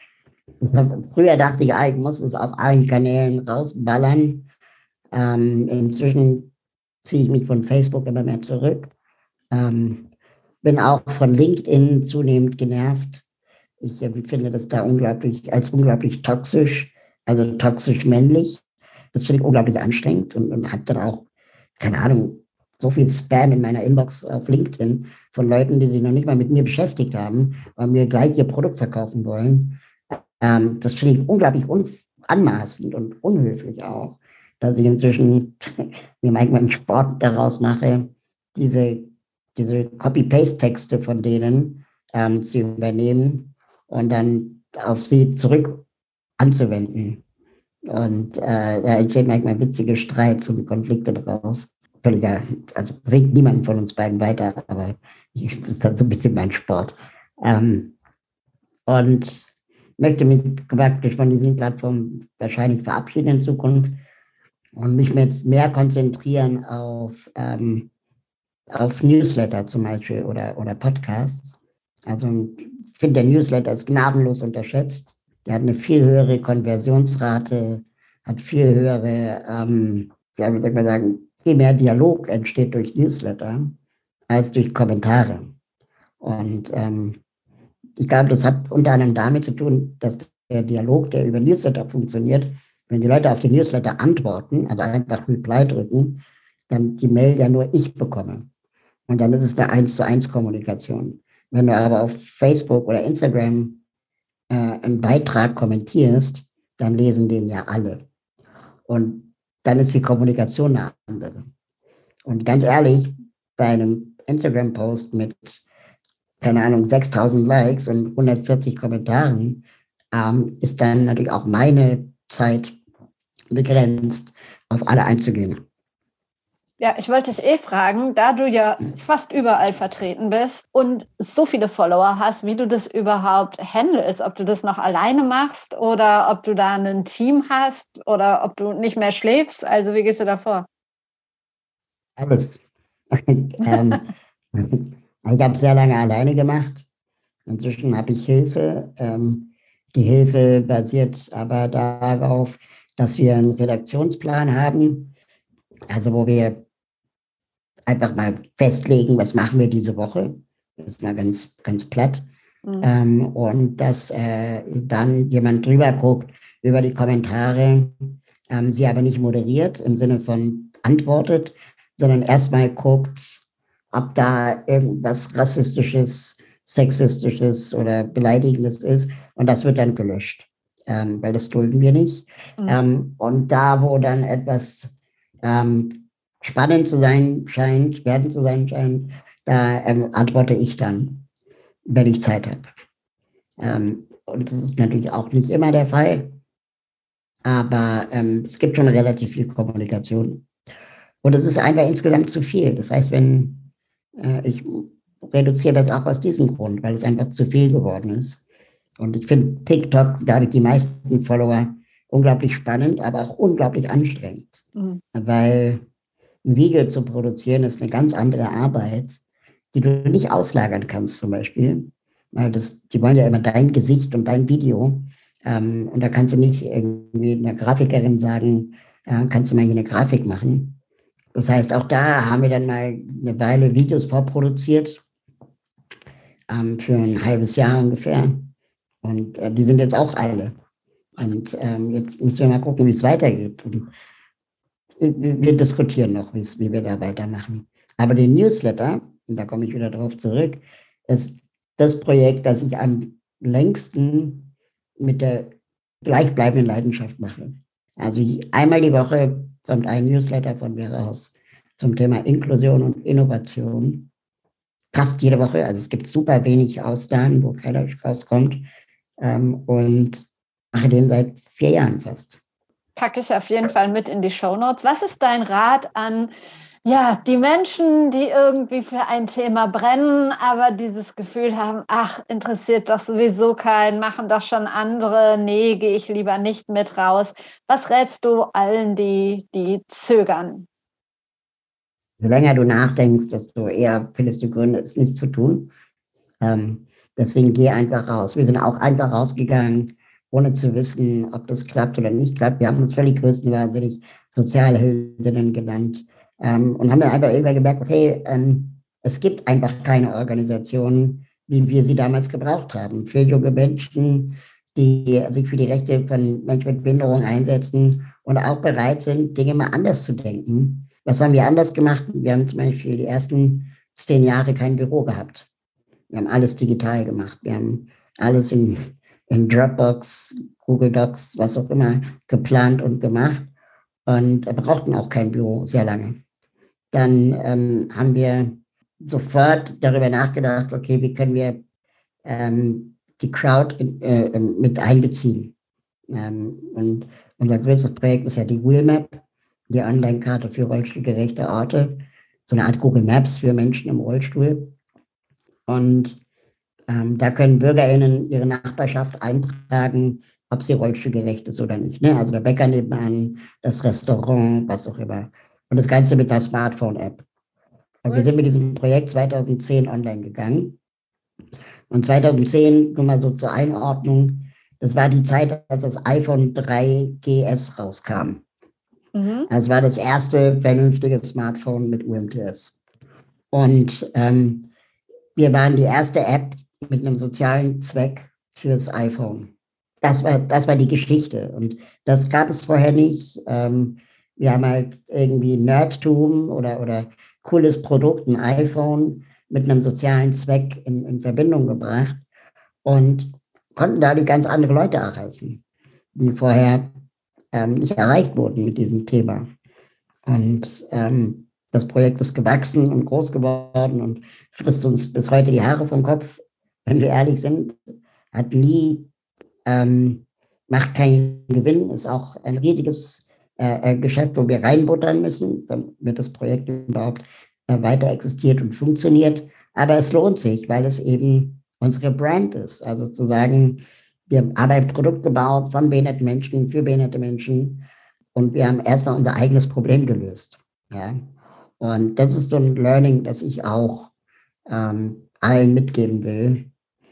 Früher dachte ich, ich muss es auf allen Kanälen rausballern. Ähm, inzwischen ziehe ich mich von Facebook immer mehr zurück. Ähm, bin auch von LinkedIn zunehmend genervt. Ich empfinde das da unglaublich, als unglaublich toxisch, also toxisch männlich. Das finde ich unglaublich anstrengend und, und habe dann auch, keine Ahnung, so viel Spam in meiner Inbox auf LinkedIn von Leuten, die sich noch nicht mal mit mir beschäftigt haben und mir gleich ihr Produkt verkaufen wollen. Ähm, das finde ich unglaublich anmaßend und unhöflich auch, dass ich inzwischen mir manchmal einen Sport daraus mache, diese, diese Copy-Paste-Texte von denen ähm, zu übernehmen und dann auf sie zurück anzuwenden. Und äh, da entstehen manchmal witzige Streits und Konflikte daraus. Völliger, also bringt niemanden von uns beiden weiter, aber ich, das ist dann so ein bisschen mein Sport. Ähm, und möchte mich praktisch von diesen Plattformen wahrscheinlich verabschieden in Zukunft und mich jetzt mehr konzentrieren auf, ähm, auf Newsletter zum Beispiel oder, oder Podcasts. Also ich finde, der Newsletter ist gnadenlos unterschätzt. Der hat eine viel höhere Konversionsrate, hat viel höhere, ähm, ja, wie soll man sagen, viel mehr Dialog entsteht durch Newsletter als durch Kommentare. Und ähm, ich glaube, das hat unter anderem damit zu tun, dass der Dialog, der über Newsletter funktioniert, wenn die Leute auf die Newsletter antworten, also einfach Reply drücken, dann die Mail ja nur ich bekomme. Und dann ist es eine eins zu eins Kommunikation. Wenn du aber auf Facebook oder Instagram äh, einen Beitrag kommentierst, dann lesen den ja alle. Und dann ist die Kommunikation eine andere. Und ganz ehrlich, bei einem Instagram-Post mit, keine Ahnung, sechstausend Likes und hundertvierzig Kommentaren ähm, ist dann natürlich auch meine Zeit begrenzt, auf alle einzugehen. Ja, ich wollte dich eh fragen, da du ja fast überall vertreten bist und so viele Follower hast, wie du das überhaupt handelst, ob du das noch alleine machst oder ob du da ein Team hast oder ob du nicht mehr schläfst. Also wie gehst du da vor? Alles. ähm, ich habe es sehr lange alleine gemacht. Inzwischen habe ich Hilfe. Ähm, die Hilfe basiert aber darauf, dass wir einen Redaktionsplan haben, also wo wir einfach mal festlegen, was machen wir diese Woche. Das ist mal ganz, ganz platt. Mhm. Ähm, und dass äh, dann jemand drüber guckt über die Kommentare, ähm, sie aber nicht moderiert im Sinne von antwortet, sondern erstmal guckt, ob da irgendwas Rassistisches, Sexistisches oder Beleidigendes ist. Und das wird dann gelöscht, ähm, weil das dulden wir nicht. Mhm. Ähm, und da, wo dann etwas ähm, spannend zu sein scheint, spannend zu sein scheint, da ähm, antworte ich dann, wenn ich Zeit habe. Ähm, und das ist natürlich auch nicht immer der Fall, aber ähm, es gibt schon relativ viel Kommunikation. Und es ist einfach insgesamt zu viel. Das heißt, wenn äh, ich reduziere das auch aus diesem Grund, weil es einfach zu viel geworden ist. Und ich finde TikTok, da habe ich die meisten Follower, unglaublich spannend, aber auch unglaublich anstrengend. Mhm. Weil ein Video zu produzieren ist eine ganz andere Arbeit, die du nicht auslagern kannst zum Beispiel. Weil das, die wollen ja immer dein Gesicht und dein Video. Ähm, und da kannst du nicht irgendwie einer Grafikerin sagen, äh, kannst du mal hier eine Grafik machen. Das heißt, auch da haben wir dann mal eine Weile Videos vorproduziert, ähm, für ein halbes Jahr ungefähr. Und äh, die sind jetzt auch alle. Und ähm, jetzt müssen wir mal gucken, wie es weitergeht. Und wir diskutieren noch, wie wir da weitermachen. Aber die Newsletter, und da komme ich wieder drauf zurück, ist das Projekt, das ich am längsten mit der gleichbleibenden Leidenschaft mache. Also einmal die Woche kommt ein Newsletter von mir raus. zum Thema Inklusion und Innovation. Fast jede Woche, also es gibt super wenig Ausgaben, wo keiner rauskommt. Ähm, und mache den seit vier Jahren fast. Packe ich auf jeden Fall mit in die Shownotes. Was ist dein Rat an ja, die Menschen, die irgendwie für ein Thema brennen, aber dieses Gefühl haben, ach, interessiert doch sowieso keinen, machen doch schon andere, nee, gehe ich lieber nicht mit raus. Was rätst du allen, die, die zögern? Je länger du nachdenkst, desto eher findest du Gründe, es nicht zu tun. Ähm, deswegen geh einfach raus. Wir sind auch einfach rausgegangen, ohne zu wissen, ob das klappt oder nicht klappt. Wir haben uns völlig größtenwahnsinnig Sozialheldinnen genannt. Ähm, und haben dann einfach irgendwann gemerkt, hey, ähm, es gibt einfach keine Organisationen, wie wir sie damals gebraucht haben, für junge Menschen, die sich für die Rechte von Menschen mit Behinderung einsetzen und auch bereit sind, Dinge mal anders zu denken. Was haben wir anders gemacht? Wir haben zum Beispiel die ersten zehn Jahre kein Büro gehabt. Wir haben alles digital gemacht. Wir haben alles in, in Dropbox, Google Docs, was auch immer, geplant und gemacht und brauchten auch kein Büro sehr lange. Dann ähm, haben wir sofort darüber nachgedacht, okay, wie können wir ähm, die Crowd in, äh, mit einbeziehen. Ähm, und unser größtes Projekt ist ja die Wheelmap, die Online-Karte für rollstuhlgerechte Orte, so eine Art Google Maps für Menschen im Rollstuhl. Und ähm, da können BürgerInnen ihre Nachbarschaft eintragen, ob sie rollstuhlgerecht ist oder nicht. Ne? Also der Bäcker nebenan, das Restaurant, was auch immer. Und das Ganze mit der Smartphone-App. Und cool. Wir sind mit diesem Projekt zweitausendzehn online gegangen. Und zweitausendzehn, nur mal so zur Einordnung, das war die Zeit, als das iPhone drei G S rauskam. Mhm. Das war das erste vernünftige Smartphone mit U M T S. Und ähm, wir waren die erste App mit einem sozialen Zweck fürs iPhone. Das war, das war die Geschichte. Und das gab es vorher nicht. Ähm, wir haben halt irgendwie Nerdtum oder, oder cooles Produkt, ein iPhone mit einem sozialen Zweck in, in Verbindung gebracht und konnten dadurch ganz andere Leute erreichen, die vorher ähm, nicht erreicht wurden mit diesem Thema. Und ähm, das Projekt ist gewachsen und groß geworden und frisst uns bis heute die Haare vom Kopf, wenn wir ehrlich sind. Hat nie, ähm, macht keinen Gewinn, ist auch ein riesiges äh, Geschäft, wo wir reinbuttern müssen, damit das Projekt überhaupt äh, weiter existiert und funktioniert. Aber es lohnt sich, weil es eben unsere Brand ist. Also zu sagen, wir haben ein Produkt gebaut von behinderten Menschen, für behinderte Menschen und wir haben erstmal unser eigenes Problem gelöst. Ja? Und das ist so ein Learning, das ich auch ähm, allen mitgeben will.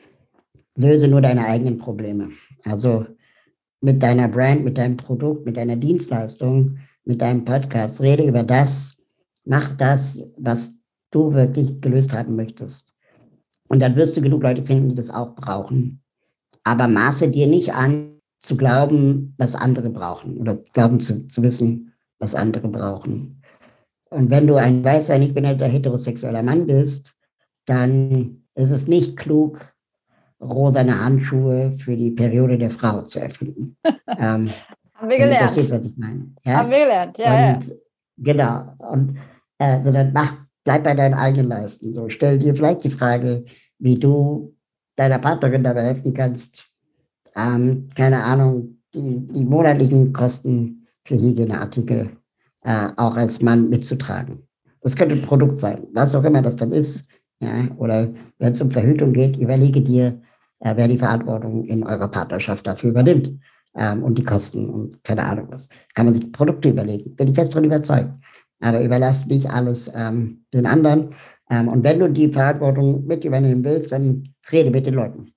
Löse nur deine eigenen Probleme. Also mit deiner Brand, mit deinem Produkt, mit deiner Dienstleistung, mit deinem Podcast. Rede über das, mach das, was du wirklich gelöst haben möchtest. Und dann wirst du genug Leute finden, die das auch brauchen. Aber maße dir nicht an, zu glauben, was andere brauchen oder glauben zu, zu wissen, was andere brauchen. Und wenn du ein weißer, nicht behinderter, heterosexueller Mann bist, dann ist es nicht klug, rosane Handschuhe für die Periode der Frau zu erfinden. ähm, Haben wir gelernt. Verstehst, was ich meine? Ja? Haben wir gelernt, ja. Und, ja. Genau. Und äh, sondern mach, bleib bei deinen eigenen Leisten. So, stell dir vielleicht die Frage, wie du deiner Partnerin dabei helfen kannst, ähm, keine Ahnung, die, die monatlichen Kosten für Hygieneartikel äh, auch als Mann mitzutragen. Das könnte ein Produkt sein, was auch immer das dann ist. Ja? Oder wenn es um Verhütung geht, überlege dir, äh, wer die Verantwortung in eurer Partnerschaft dafür übernimmt ähm, und die Kosten und keine Ahnung was. Kann man sich Produkte überlegen, bin ich fest davon überzeugt. Aber überlass nicht alles ähm, den anderen. Ähm, und wenn du die Verantwortung mit übernehmen willst, dann rede mit den Leuten.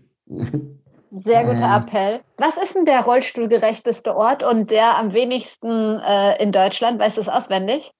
Sehr guter Appell. Was ist denn der rollstuhlgerechteste Ort und der am wenigsten äh, in Deutschland? Weißt du es auswendig?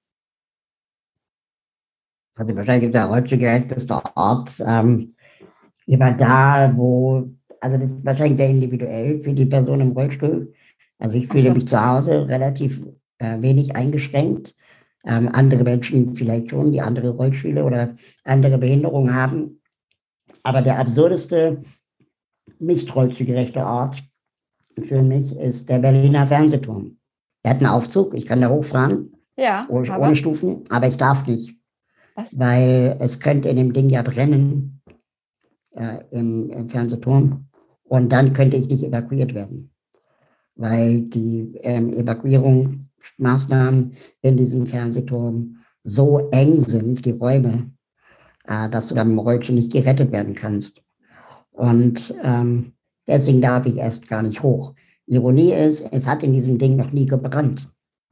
Also wahrscheinlich der rollstuhlgerechteste Ort. Ähm, immer da, wo, also das ist wahrscheinlich sehr individuell für die Person im Rollstuhl. Also ich fühle mich zu Hause relativ äh, wenig eingeschränkt. Ähm, andere Menschen vielleicht schon, die andere Rollstühle oder andere Behinderungen haben. Aber der absurdeste, nicht rollstuhlgerechte Ort für mich ist der Berliner Fernsehturm. Der hat einen Aufzug, ich kann da hochfahren. Ja, ohne, aber? ohne Stufen, aber ich darf nicht, Was? weil es könnte in dem Ding ja brennen, äh, im, im Fernsehturm, und dann könnte ich nicht evakuiert werden, weil die ähm, Evakuierungsmaßnahmen in diesem Fernsehturm so eng sind, die Räume, äh, dass du dann im Rollstuhl nicht gerettet werden kannst. Und ähm, deswegen darf ich erst gar nicht hoch. Ironie ist, es hat in diesem Ding noch nie gebrannt.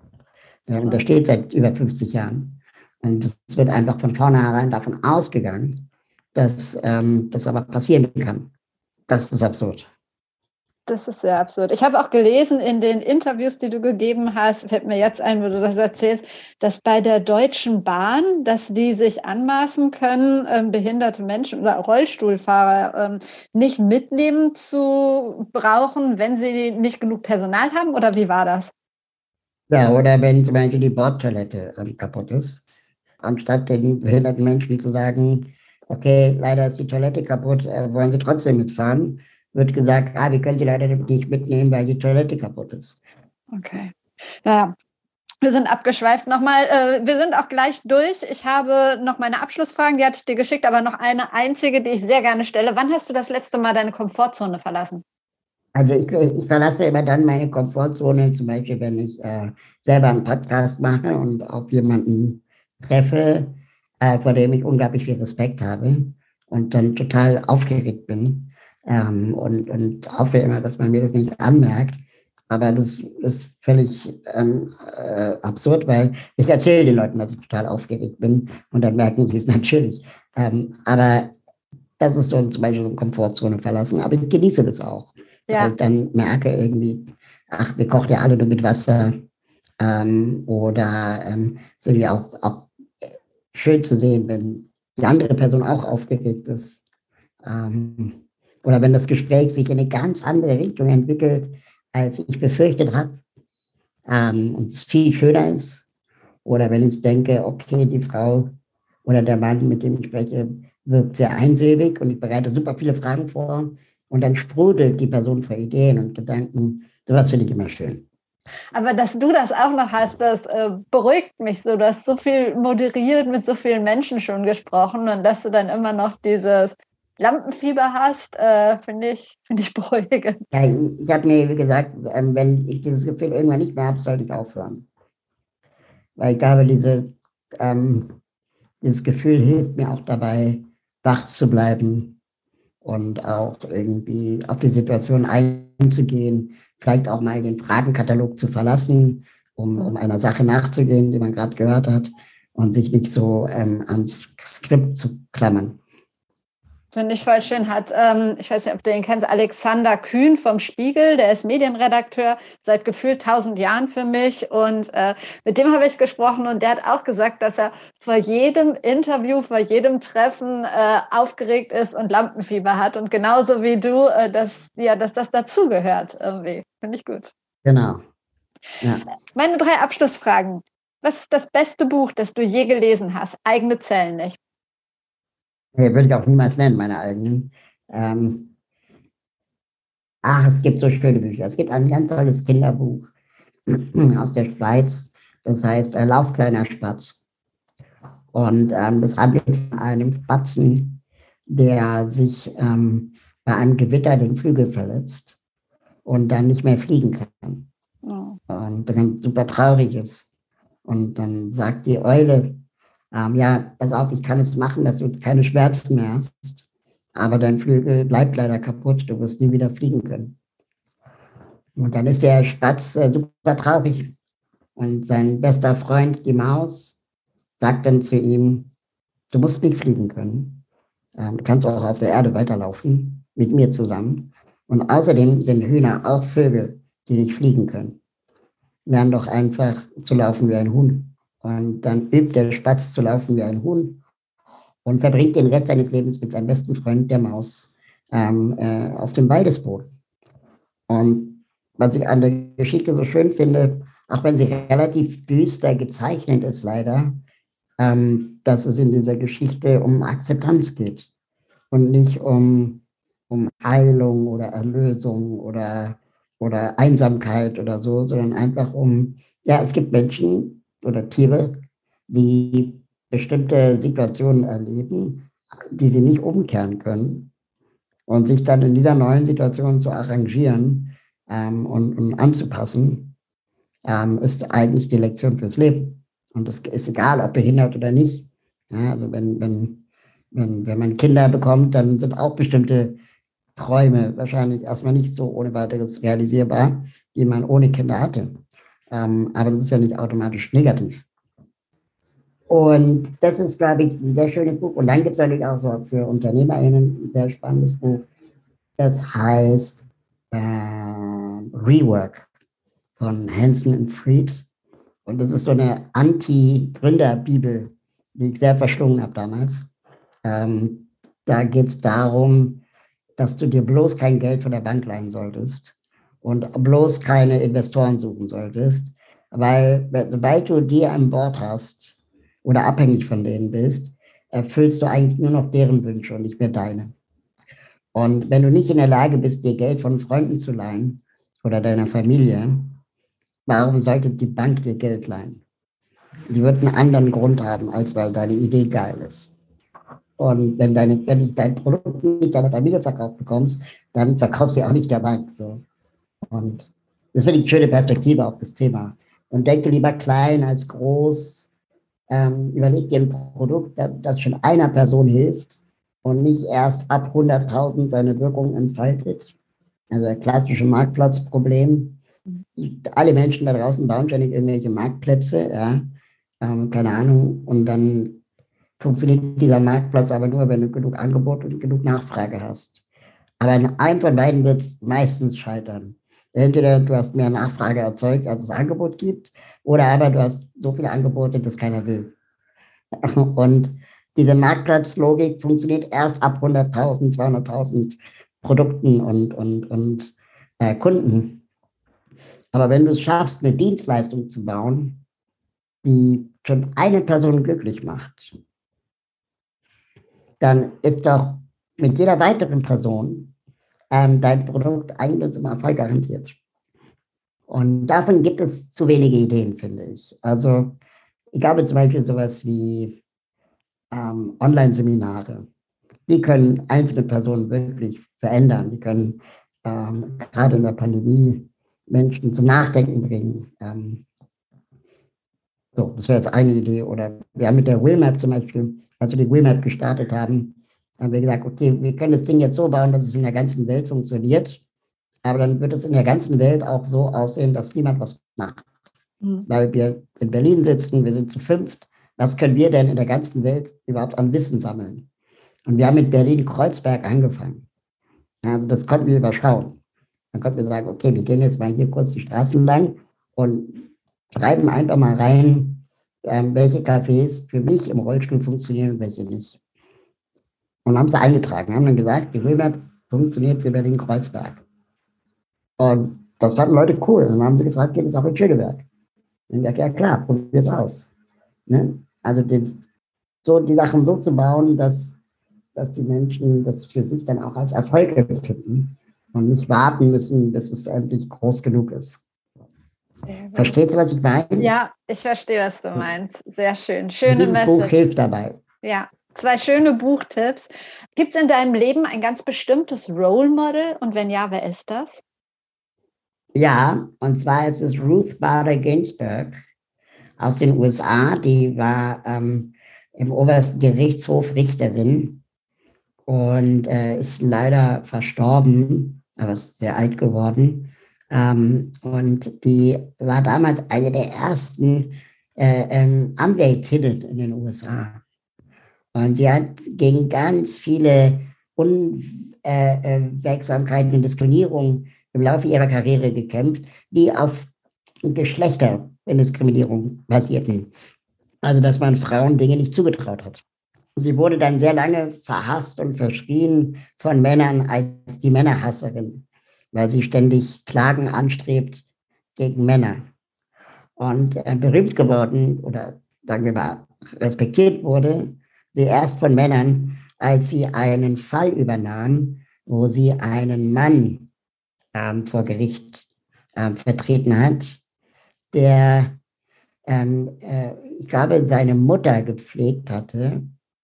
Ja, und das steht seit über fünfzig Jahren. Und es wird einfach von vornherein davon ausgegangen, dass ähm, das aber passieren kann. Das ist absurd. Das ist sehr absurd. Ich habe auch gelesen in den Interviews, die du gegeben hast, fällt mir jetzt ein, wo du das erzählst, dass bei der Deutschen Bahn, dass die sich anmaßen können, ähm, behinderte Menschen oder Rollstuhlfahrer ähm, nicht mitnehmen zu brauchen, wenn sie nicht genug Personal haben? Oder wie war das? Ja, oder wenn zum Beispiel die Bordtoilette ähm, kaputt ist, anstatt den behinderten Menschen zu sagen, okay, leider ist die Toilette kaputt, äh, wollen Sie trotzdem mitfahren, wird gesagt, ah, wir können Sie leider nicht mitnehmen, weil die Toilette kaputt ist. Okay. Ja, wir sind abgeschweift nochmal. Äh, wir sind auch gleich durch. Ich habe noch meine Abschlussfragen, die hatte ich dir geschickt, aber noch eine einzige, die ich sehr gerne stelle. Wann hast du das letzte Mal deine Komfortzone verlassen? Also ich, ich verlasse immer dann meine Komfortzone, zum Beispiel, wenn ich äh, selber einen Podcast mache und auf jemanden treffe, äh, vor dem ich unglaublich viel Respekt habe und dann total aufgeregt bin ähm, und, und hoffe immer, dass man mir das nicht anmerkt. Aber das ist völlig ähm, äh, absurd, weil ich erzähle den Leuten, dass ich total aufgeregt bin und dann merken sie es natürlich. Ähm, aber das ist so zum Beispiel so eine Komfortzone verlassen. Aber ich genieße das auch, Ja. weil ich dann merke irgendwie, ach, wir kochen ja alle nur mit Wasser. Ähm, oder ähm, es ist irgendwie auch, auch schön zu sehen, wenn die andere Person auch aufgeregt ist. Ähm, oder wenn das Gespräch sich in eine ganz andere Richtung entwickelt, als ich befürchtet habe, ähm, und es viel schöner ist. Oder wenn ich denke, okay, die Frau oder der Mann, mit dem ich spreche, wirkt sehr einsilbig und ich bereite super viele Fragen vor und dann sprudelt die Person vor Ideen und Gedanken. Sowas finde ich immer schön. Aber dass du das auch noch hast, das äh, beruhigt mich so. Du hast so viel moderiert, mit so vielen Menschen schon gesprochen und dass du dann immer noch dieses Lampenfieber hast, äh, finde ich, find ich beruhigend. Ja, ich ich habe mir gesagt, ähm, wenn ich dieses Gefühl irgendwann nicht mehr habe, sollte ich aufhören. Weil ich glaube, diese, ähm, dieses Gefühl hilft mir auch dabei, wach zu bleiben und auch irgendwie auf die Situation einzugehen, vielleicht auch mal den Fragenkatalog zu verlassen, um, um einer Sache nachzugehen, die man gerade gehört hat, und sich nicht so ähm, ans Skript zu klammern. Finde ich voll schön. Hat, ähm, ich weiß nicht, ob du den kennst, Alexander Kühn vom Spiegel, der ist Medienredakteur seit gefühlt tausend Jahren für mich. Und äh, mit dem habe ich gesprochen und der hat auch gesagt, dass er vor jedem Interview, vor jedem Treffen äh, aufgeregt ist und Lampenfieber hat. Und genauso wie du, äh, dass, ja, dass das dazugehört irgendwie. Finde ich gut. Genau. Ja. Meine drei Abschlussfragen. Was ist das beste Buch, das du je gelesen hast? Eigene zählen nicht. Würde ich auch niemals nennen, meine eigenen. Ähm, ach, es gibt so schöne Bücher. Es gibt ein ganz tolles Kinderbuch aus der Schweiz, das heißt äh, Lauf, kleiner Spatz. Und ähm, das handelt von einem Spatzen, der sich ähm, bei einem Gewitter den Flügel verletzt und dann nicht mehr fliegen kann. Oh. Und dann super traurig ist. Und dann sagt die Eule, Ähm, ja, pass auf, ich kann es machen, dass du keine Schmerzen mehr hast, aber dein Flügel bleibt leider kaputt, du wirst nie wieder fliegen können. Und dann ist der Spatz äh, super traurig und sein bester Freund, die Maus, sagt dann zu ihm, du musst nicht fliegen können, ähm, du kannst auch auf der Erde weiterlaufen, mit mir zusammen. Und außerdem sind Hühner auch Vögel, die nicht fliegen können. Lern doch einfach zu laufen wie ein Huhn. Und dann übt der Spatz zu laufen wie ein Huhn und verbringt den Rest seines Lebens mit seinem besten Freund, der Maus, ähm, äh, auf dem Waldesboden. Und was ich an der Geschichte so schön finde, auch wenn sie relativ düster gezeichnet ist, leider, ähm, dass es in dieser Geschichte um Akzeptanz geht und nicht um, um Heilung oder Erlösung oder, oder Einsamkeit oder so, sondern einfach um, ja, es gibt Menschen, oder Tiere, die bestimmte Situationen erleben, die sie nicht umkehren können und sich dann in dieser neuen Situation zu arrangieren ähm, und, und anzupassen, ähm, ist eigentlich die Lektion fürs Leben. Und es ist egal, ob behindert oder nicht. Ja, also wenn, wenn, wenn, wenn man Kinder bekommt, dann sind auch bestimmte Träume wahrscheinlich erstmal nicht so ohne weiteres realisierbar, die man ohne Kinder hatte. Ähm, aber das ist ja nicht automatisch negativ. Und das ist, glaube ich, ein sehr schönes Buch. Und dann gibt es natürlich auch so für UnternehmerInnen ein sehr spannendes Buch. Das heißt äh, Rework von Hansen und Fried. Und das ist so eine Anti-Gründer-Bibel, die ich sehr verschlungen habe damals. Ähm, da geht es darum, dass du dir bloß kein Geld von der Bank leihen solltest und bloß keine Investoren suchen solltest, weil sobald du die an Bord hast oder abhängig von denen bist, erfüllst du eigentlich nur noch deren Wünsche und nicht mehr deine. Und wenn du nicht in der Lage bist, dir Geld von Freunden zu leihen oder deiner Familie, warum sollte die Bank dir Geld leihen? Die wird einen anderen Grund haben, als weil deine Idee geil ist. Und wenn, deine, wenn du dein Produkt nicht deiner Familie verkauft bekommst, dann verkaufst du auch nicht der Bank. So. Und das finde ich eine schöne Perspektive auf das Thema. Und denke lieber klein als groß. Ähm, überleg dir ein Produkt, das schon einer Person hilft und nicht erst ab hunderttausend seine Wirkung entfaltet. Also das klassische Marktplatzproblem. Alle Menschen da draußen bauen ständig irgendwelche Marktplätze, ja, ähm, keine Ahnung, und dann funktioniert dieser Marktplatz aber nur, wenn du genug Angebot und genug Nachfrage hast. Aber in einem von beiden wird es meistens scheitern. Entweder du hast mehr Nachfrage erzeugt, als es Angebot gibt, oder aber du hast so viele Angebote, dass keiner will. Und diese Marktplatzlogik funktioniert erst ab hunderttausend, zweihunderttausend Produkten und, und, und äh, Kunden. Aber wenn du es schaffst, eine Dienstleistung zu bauen, die schon eine Person glücklich macht, dann ist doch mit jeder weiteren Person ähm, dein Produkt eigentlich zum Erfolg garantiert. Und davon gibt es zu wenige Ideen, finde ich. Also ich glaube zum Beispiel sowas wie ähm, Online-Seminare. Die können einzelne Personen wirklich verändern. Die können ähm, gerade in der Pandemie Menschen zum Nachdenken bringen. Ähm, so, das wäre jetzt eine Idee. Oder wir haben mit der Willmap zum Beispiel, als wir die Willmap gestartet haben, haben wir gesagt, okay, wir können das Ding jetzt so bauen, dass es in der ganzen Welt funktioniert. Aber dann wird es in der ganzen Welt auch so aussehen, dass niemand was macht. Mhm. Weil wir in Berlin sitzen, wir sind zu fünft. Was können wir denn in der ganzen Welt überhaupt an Wissen sammeln? Und wir haben mit Berlin-Kreuzberg angefangen. Also das konnten wir überschauen. Dann konnten wir sagen, okay, wir gehen jetzt mal hier kurz die Straßen lang und schreiben einfach mal rein, ähm, welche Cafés für mich im Rollstuhl funktionieren und welche nicht. Und haben sie eingetragen, haben dann gesagt, die Willmap funktioniert für Berlin-Kreuzberg. Und das fanden Leute cool. Und dann haben sie gefragt, geht es auch in Schöneberg? Und ich dachte, ja klar, probier es aus. Ne? Also den, so die Sachen so zu bauen, dass, dass die Menschen das für sich dann auch als Erfolg empfinden und nicht warten müssen, bis es endlich groß genug ist. Verstehst du, was ich meine? Ja, ich verstehe, was du meinst. Sehr schön. Schöne Dieses Message. Buch hilft dabei. Ja, zwei schöne Buchtipps. Gibt es in deinem Leben ein ganz bestimmtes Role Model? Und wenn ja, wer ist das? Ja, und zwar ist es Ruth Bader Ginsburg aus den U S A. Die war ähm, im obersten Gerichtshof Richterin und äh, ist leider verstorben, aber ist sehr alt geworden. Ähm, und die war damals eine der ersten äh, ähm, Anwältinnen in den U S A. Und sie hat gegen ganz viele Unwegsamkeiten äh, und Diskriminierung im Laufe ihrer Karriere gekämpft, die auf Geschlechterdiskriminierung basierten. Also, dass man Frauen Dinge nicht zugetraut hat. Sie wurde dann sehr lange verhasst und verschrien von Männern als die Männerhasserin, weil sie ständig Klagen anstrebt gegen Männer. Und äh, berühmt geworden oder sagen wir mal respektiert wurde sie erst von Männern, als sie einen Fall übernahm, wo sie einen Mann ähm, vor Gericht ähm, vertreten hat, der ähm, äh, ich glaube, seine Mutter gepflegt hatte.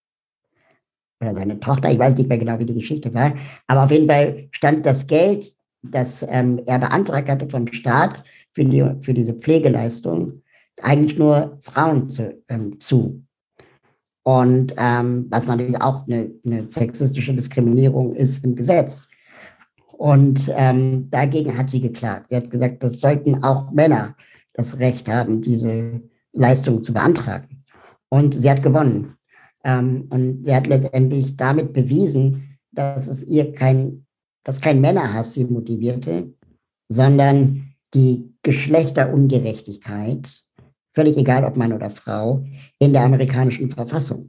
Oder seine Tochter, ich weiß nicht mehr genau, wie die Geschichte war. Aber auf jeden Fall stand das Geld, das ähm, er beantragt hatte vom Staat für, die, für diese Pflegeleistung, eigentlich nur Frauen zu. Ähm, zu. Und ähm, was natürlich auch eine, eine sexistische Diskriminierung ist im Gesetz. Und ähm, dagegen hat sie geklagt. Sie hat gesagt, das sollten auch Männer das Recht haben, diese Leistung zu beantragen. Und sie hat gewonnen. Ähm, und sie hat letztendlich damit bewiesen, dass es ihr kein, dass kein Männerhass sie motivierte, sondern die Geschlechterungerechtigkeit, völlig egal ob Mann oder Frau, in der amerikanischen Verfassung.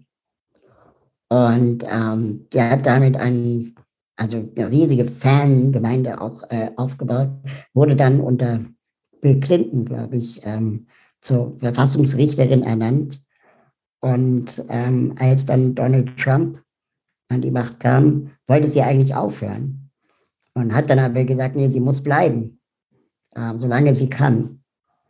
Und ähm, sie hat damit einen, also eine riesige Fangemeinde auch äh, aufgebaut, wurde dann unter Bill Clinton, glaube ich, ähm, zur Verfassungsrichterin ernannt. Und ähm, als dann Donald Trump an die Macht kam, wollte sie eigentlich aufhören. Und hat dann aber gesagt, nee, sie muss bleiben, äh, solange sie kann.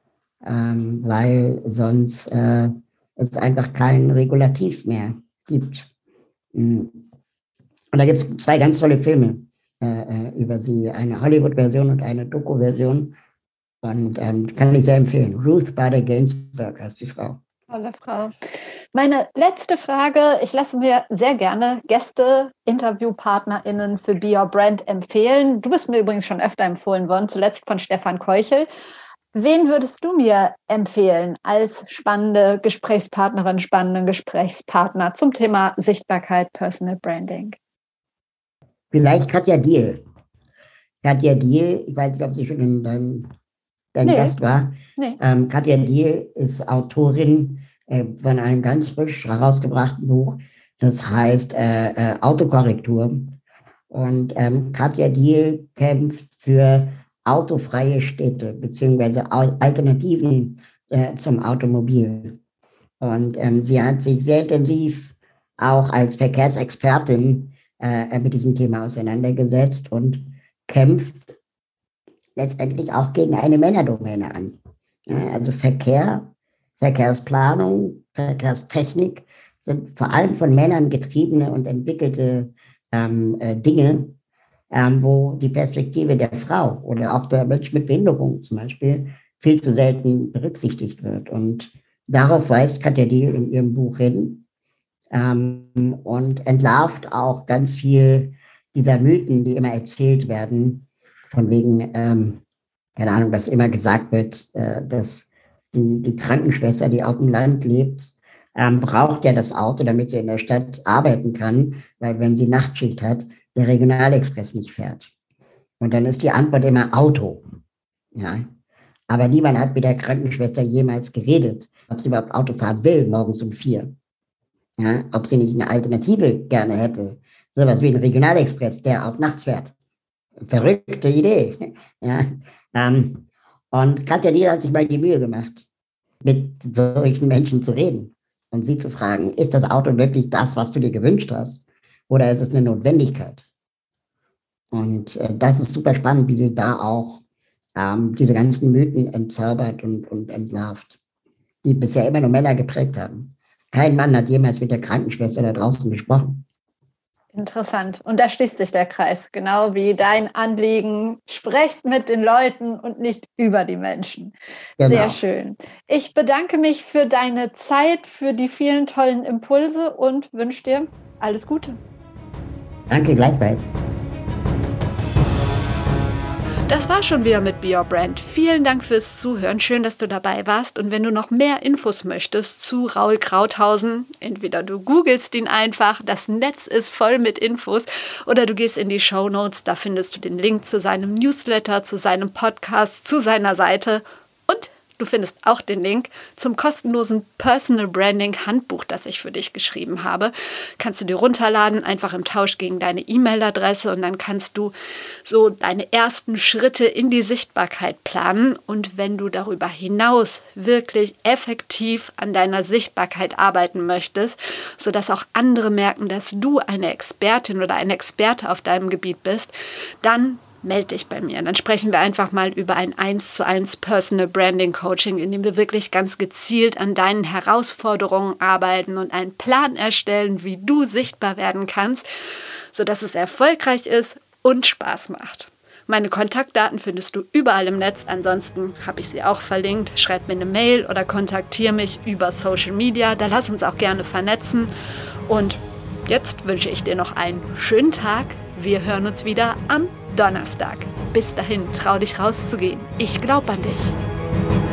Ähm, weil sonst äh, es einfach kein Regulativ mehr gibt. Und da gibt es zwei ganz tolle Filme äh, über sie, eine Hollywood-Version und eine Doku-Version. Und ähm, kann ich sehr empfehlen. Ruth Bader Ginsburg heißt die Frau. Tolle Frau. Meine letzte Frage, ich lasse mir sehr gerne Gäste, InterviewpartnerInnen für Be Your Brand empfehlen. Du bist mir übrigens schon öfter empfohlen worden, zuletzt von Stefan Keuchel. Wen würdest du mir empfehlen als spannende Gesprächspartnerin, spannenden Gesprächspartner zum Thema Sichtbarkeit, Personal Branding? Vielleicht Katja Diehl. Katja Diehl, ich weiß nicht, ob sie schon in deinem dein nee. Gast war. Nee. Ähm, Katja Diehl ist Autorin äh, von einem ganz frisch herausgebrachten Buch, das heißt äh, äh, Autokorrektur. Und ähm, Katja Diehl kämpft für autofreie Städte, beziehungsweise Alternativen äh, zum Automobil. Und ähm, sie hat sich sehr intensiv auch als Verkehrsexpertin äh, mit diesem Thema auseinandergesetzt und kämpft letztendlich auch gegen eine Männerdomäne an. Ja, also Verkehr, Verkehrsplanung, Verkehrstechnik sind vor allem von Männern getriebene und entwickelte ähm, äh, Dinge, ähm, wo die Perspektive der Frau oder auch der Mensch mit Behinderung zum Beispiel viel zu selten berücksichtigt wird. Und darauf weist Katja Diehl in ihrem Buch hin ähm, und entlarvt auch ganz viel dieser Mythen, die immer erzählt werden, von wegen, ähm, keine Ahnung, was immer gesagt wird, äh, dass die, die Krankenschwester, die auf dem Land lebt, ähm, braucht ja das Auto, damit sie in der Stadt arbeiten kann, weil wenn sie Nachtschicht hat, der Regionalexpress nicht fährt. Und dann ist die Antwort immer Auto. Ja. Aber niemand hat mit der Krankenschwester jemals geredet, ob sie überhaupt Auto fahren will, morgens um vier. Ja. Ob sie nicht eine Alternative gerne hätte. Sowas wie ein Regionalexpress, der auch nachts fährt. Verrückte Idee. Ja. Ähm, und Katja Diehl hat sich mal die Mühe gemacht, mit solchen Menschen zu reden und sie zu fragen, ist das Auto wirklich das, was du dir gewünscht hast? Oder ist es eine Notwendigkeit? Und äh, das ist super spannend, wie sie da auch ähm, diese ganzen Mythen entzaubert und, und entlarvt, die bisher immer nur Männer geprägt haben. Kein Mann hat jemals mit der Krankenschwester da draußen gesprochen. Interessant. Und da schließt sich der Kreis, genau wie dein Anliegen. Sprecht mit den Leuten und nicht über die Menschen. Genau. Sehr schön. Ich bedanke mich für deine Zeit, für die vielen tollen Impulse und wünsche dir alles Gute. Danke, gleichfalls. Das war schon wieder mit Be Your Brand. Vielen Dank fürs Zuhören. Schön, dass du dabei warst. Und wenn du noch mehr Infos möchtest zu Raul Krauthausen, entweder du googelst ihn einfach, das Netz ist voll mit Infos, oder du gehst in die Shownotes, da findest du den Link zu seinem Newsletter, zu seinem Podcast, zu seiner Seite und du findest auch den Link zum kostenlosen Personal Branding Handbuch, das ich für dich geschrieben habe. Kannst du dir runterladen, einfach im Tausch gegen deine E-Mail-Adresse und dann kannst du so deine ersten Schritte in die Sichtbarkeit planen. Und wenn du darüber hinaus wirklich effektiv an deiner Sichtbarkeit arbeiten möchtest, sodass auch andere merken, dass du eine Expertin oder ein Experte auf deinem Gebiet bist, dann melde dich bei mir. Dann sprechen wir einfach mal über ein eins zu eins Personal Branding Coaching, in dem wir wirklich ganz gezielt an deinen Herausforderungen arbeiten und einen Plan erstellen, wie du sichtbar werden kannst, sodass es erfolgreich ist und Spaß macht. Meine Kontaktdaten findest du überall im Netz, ansonsten habe ich sie auch verlinkt. Schreib mir eine Mail oder kontaktiere mich über Social Media, da lass uns auch gerne vernetzen. Und jetzt wünsche ich dir noch einen schönen Tag. Wir hören uns wieder am Donnerstag. Bis dahin, trau dich rauszugehen. Ich glaube an dich.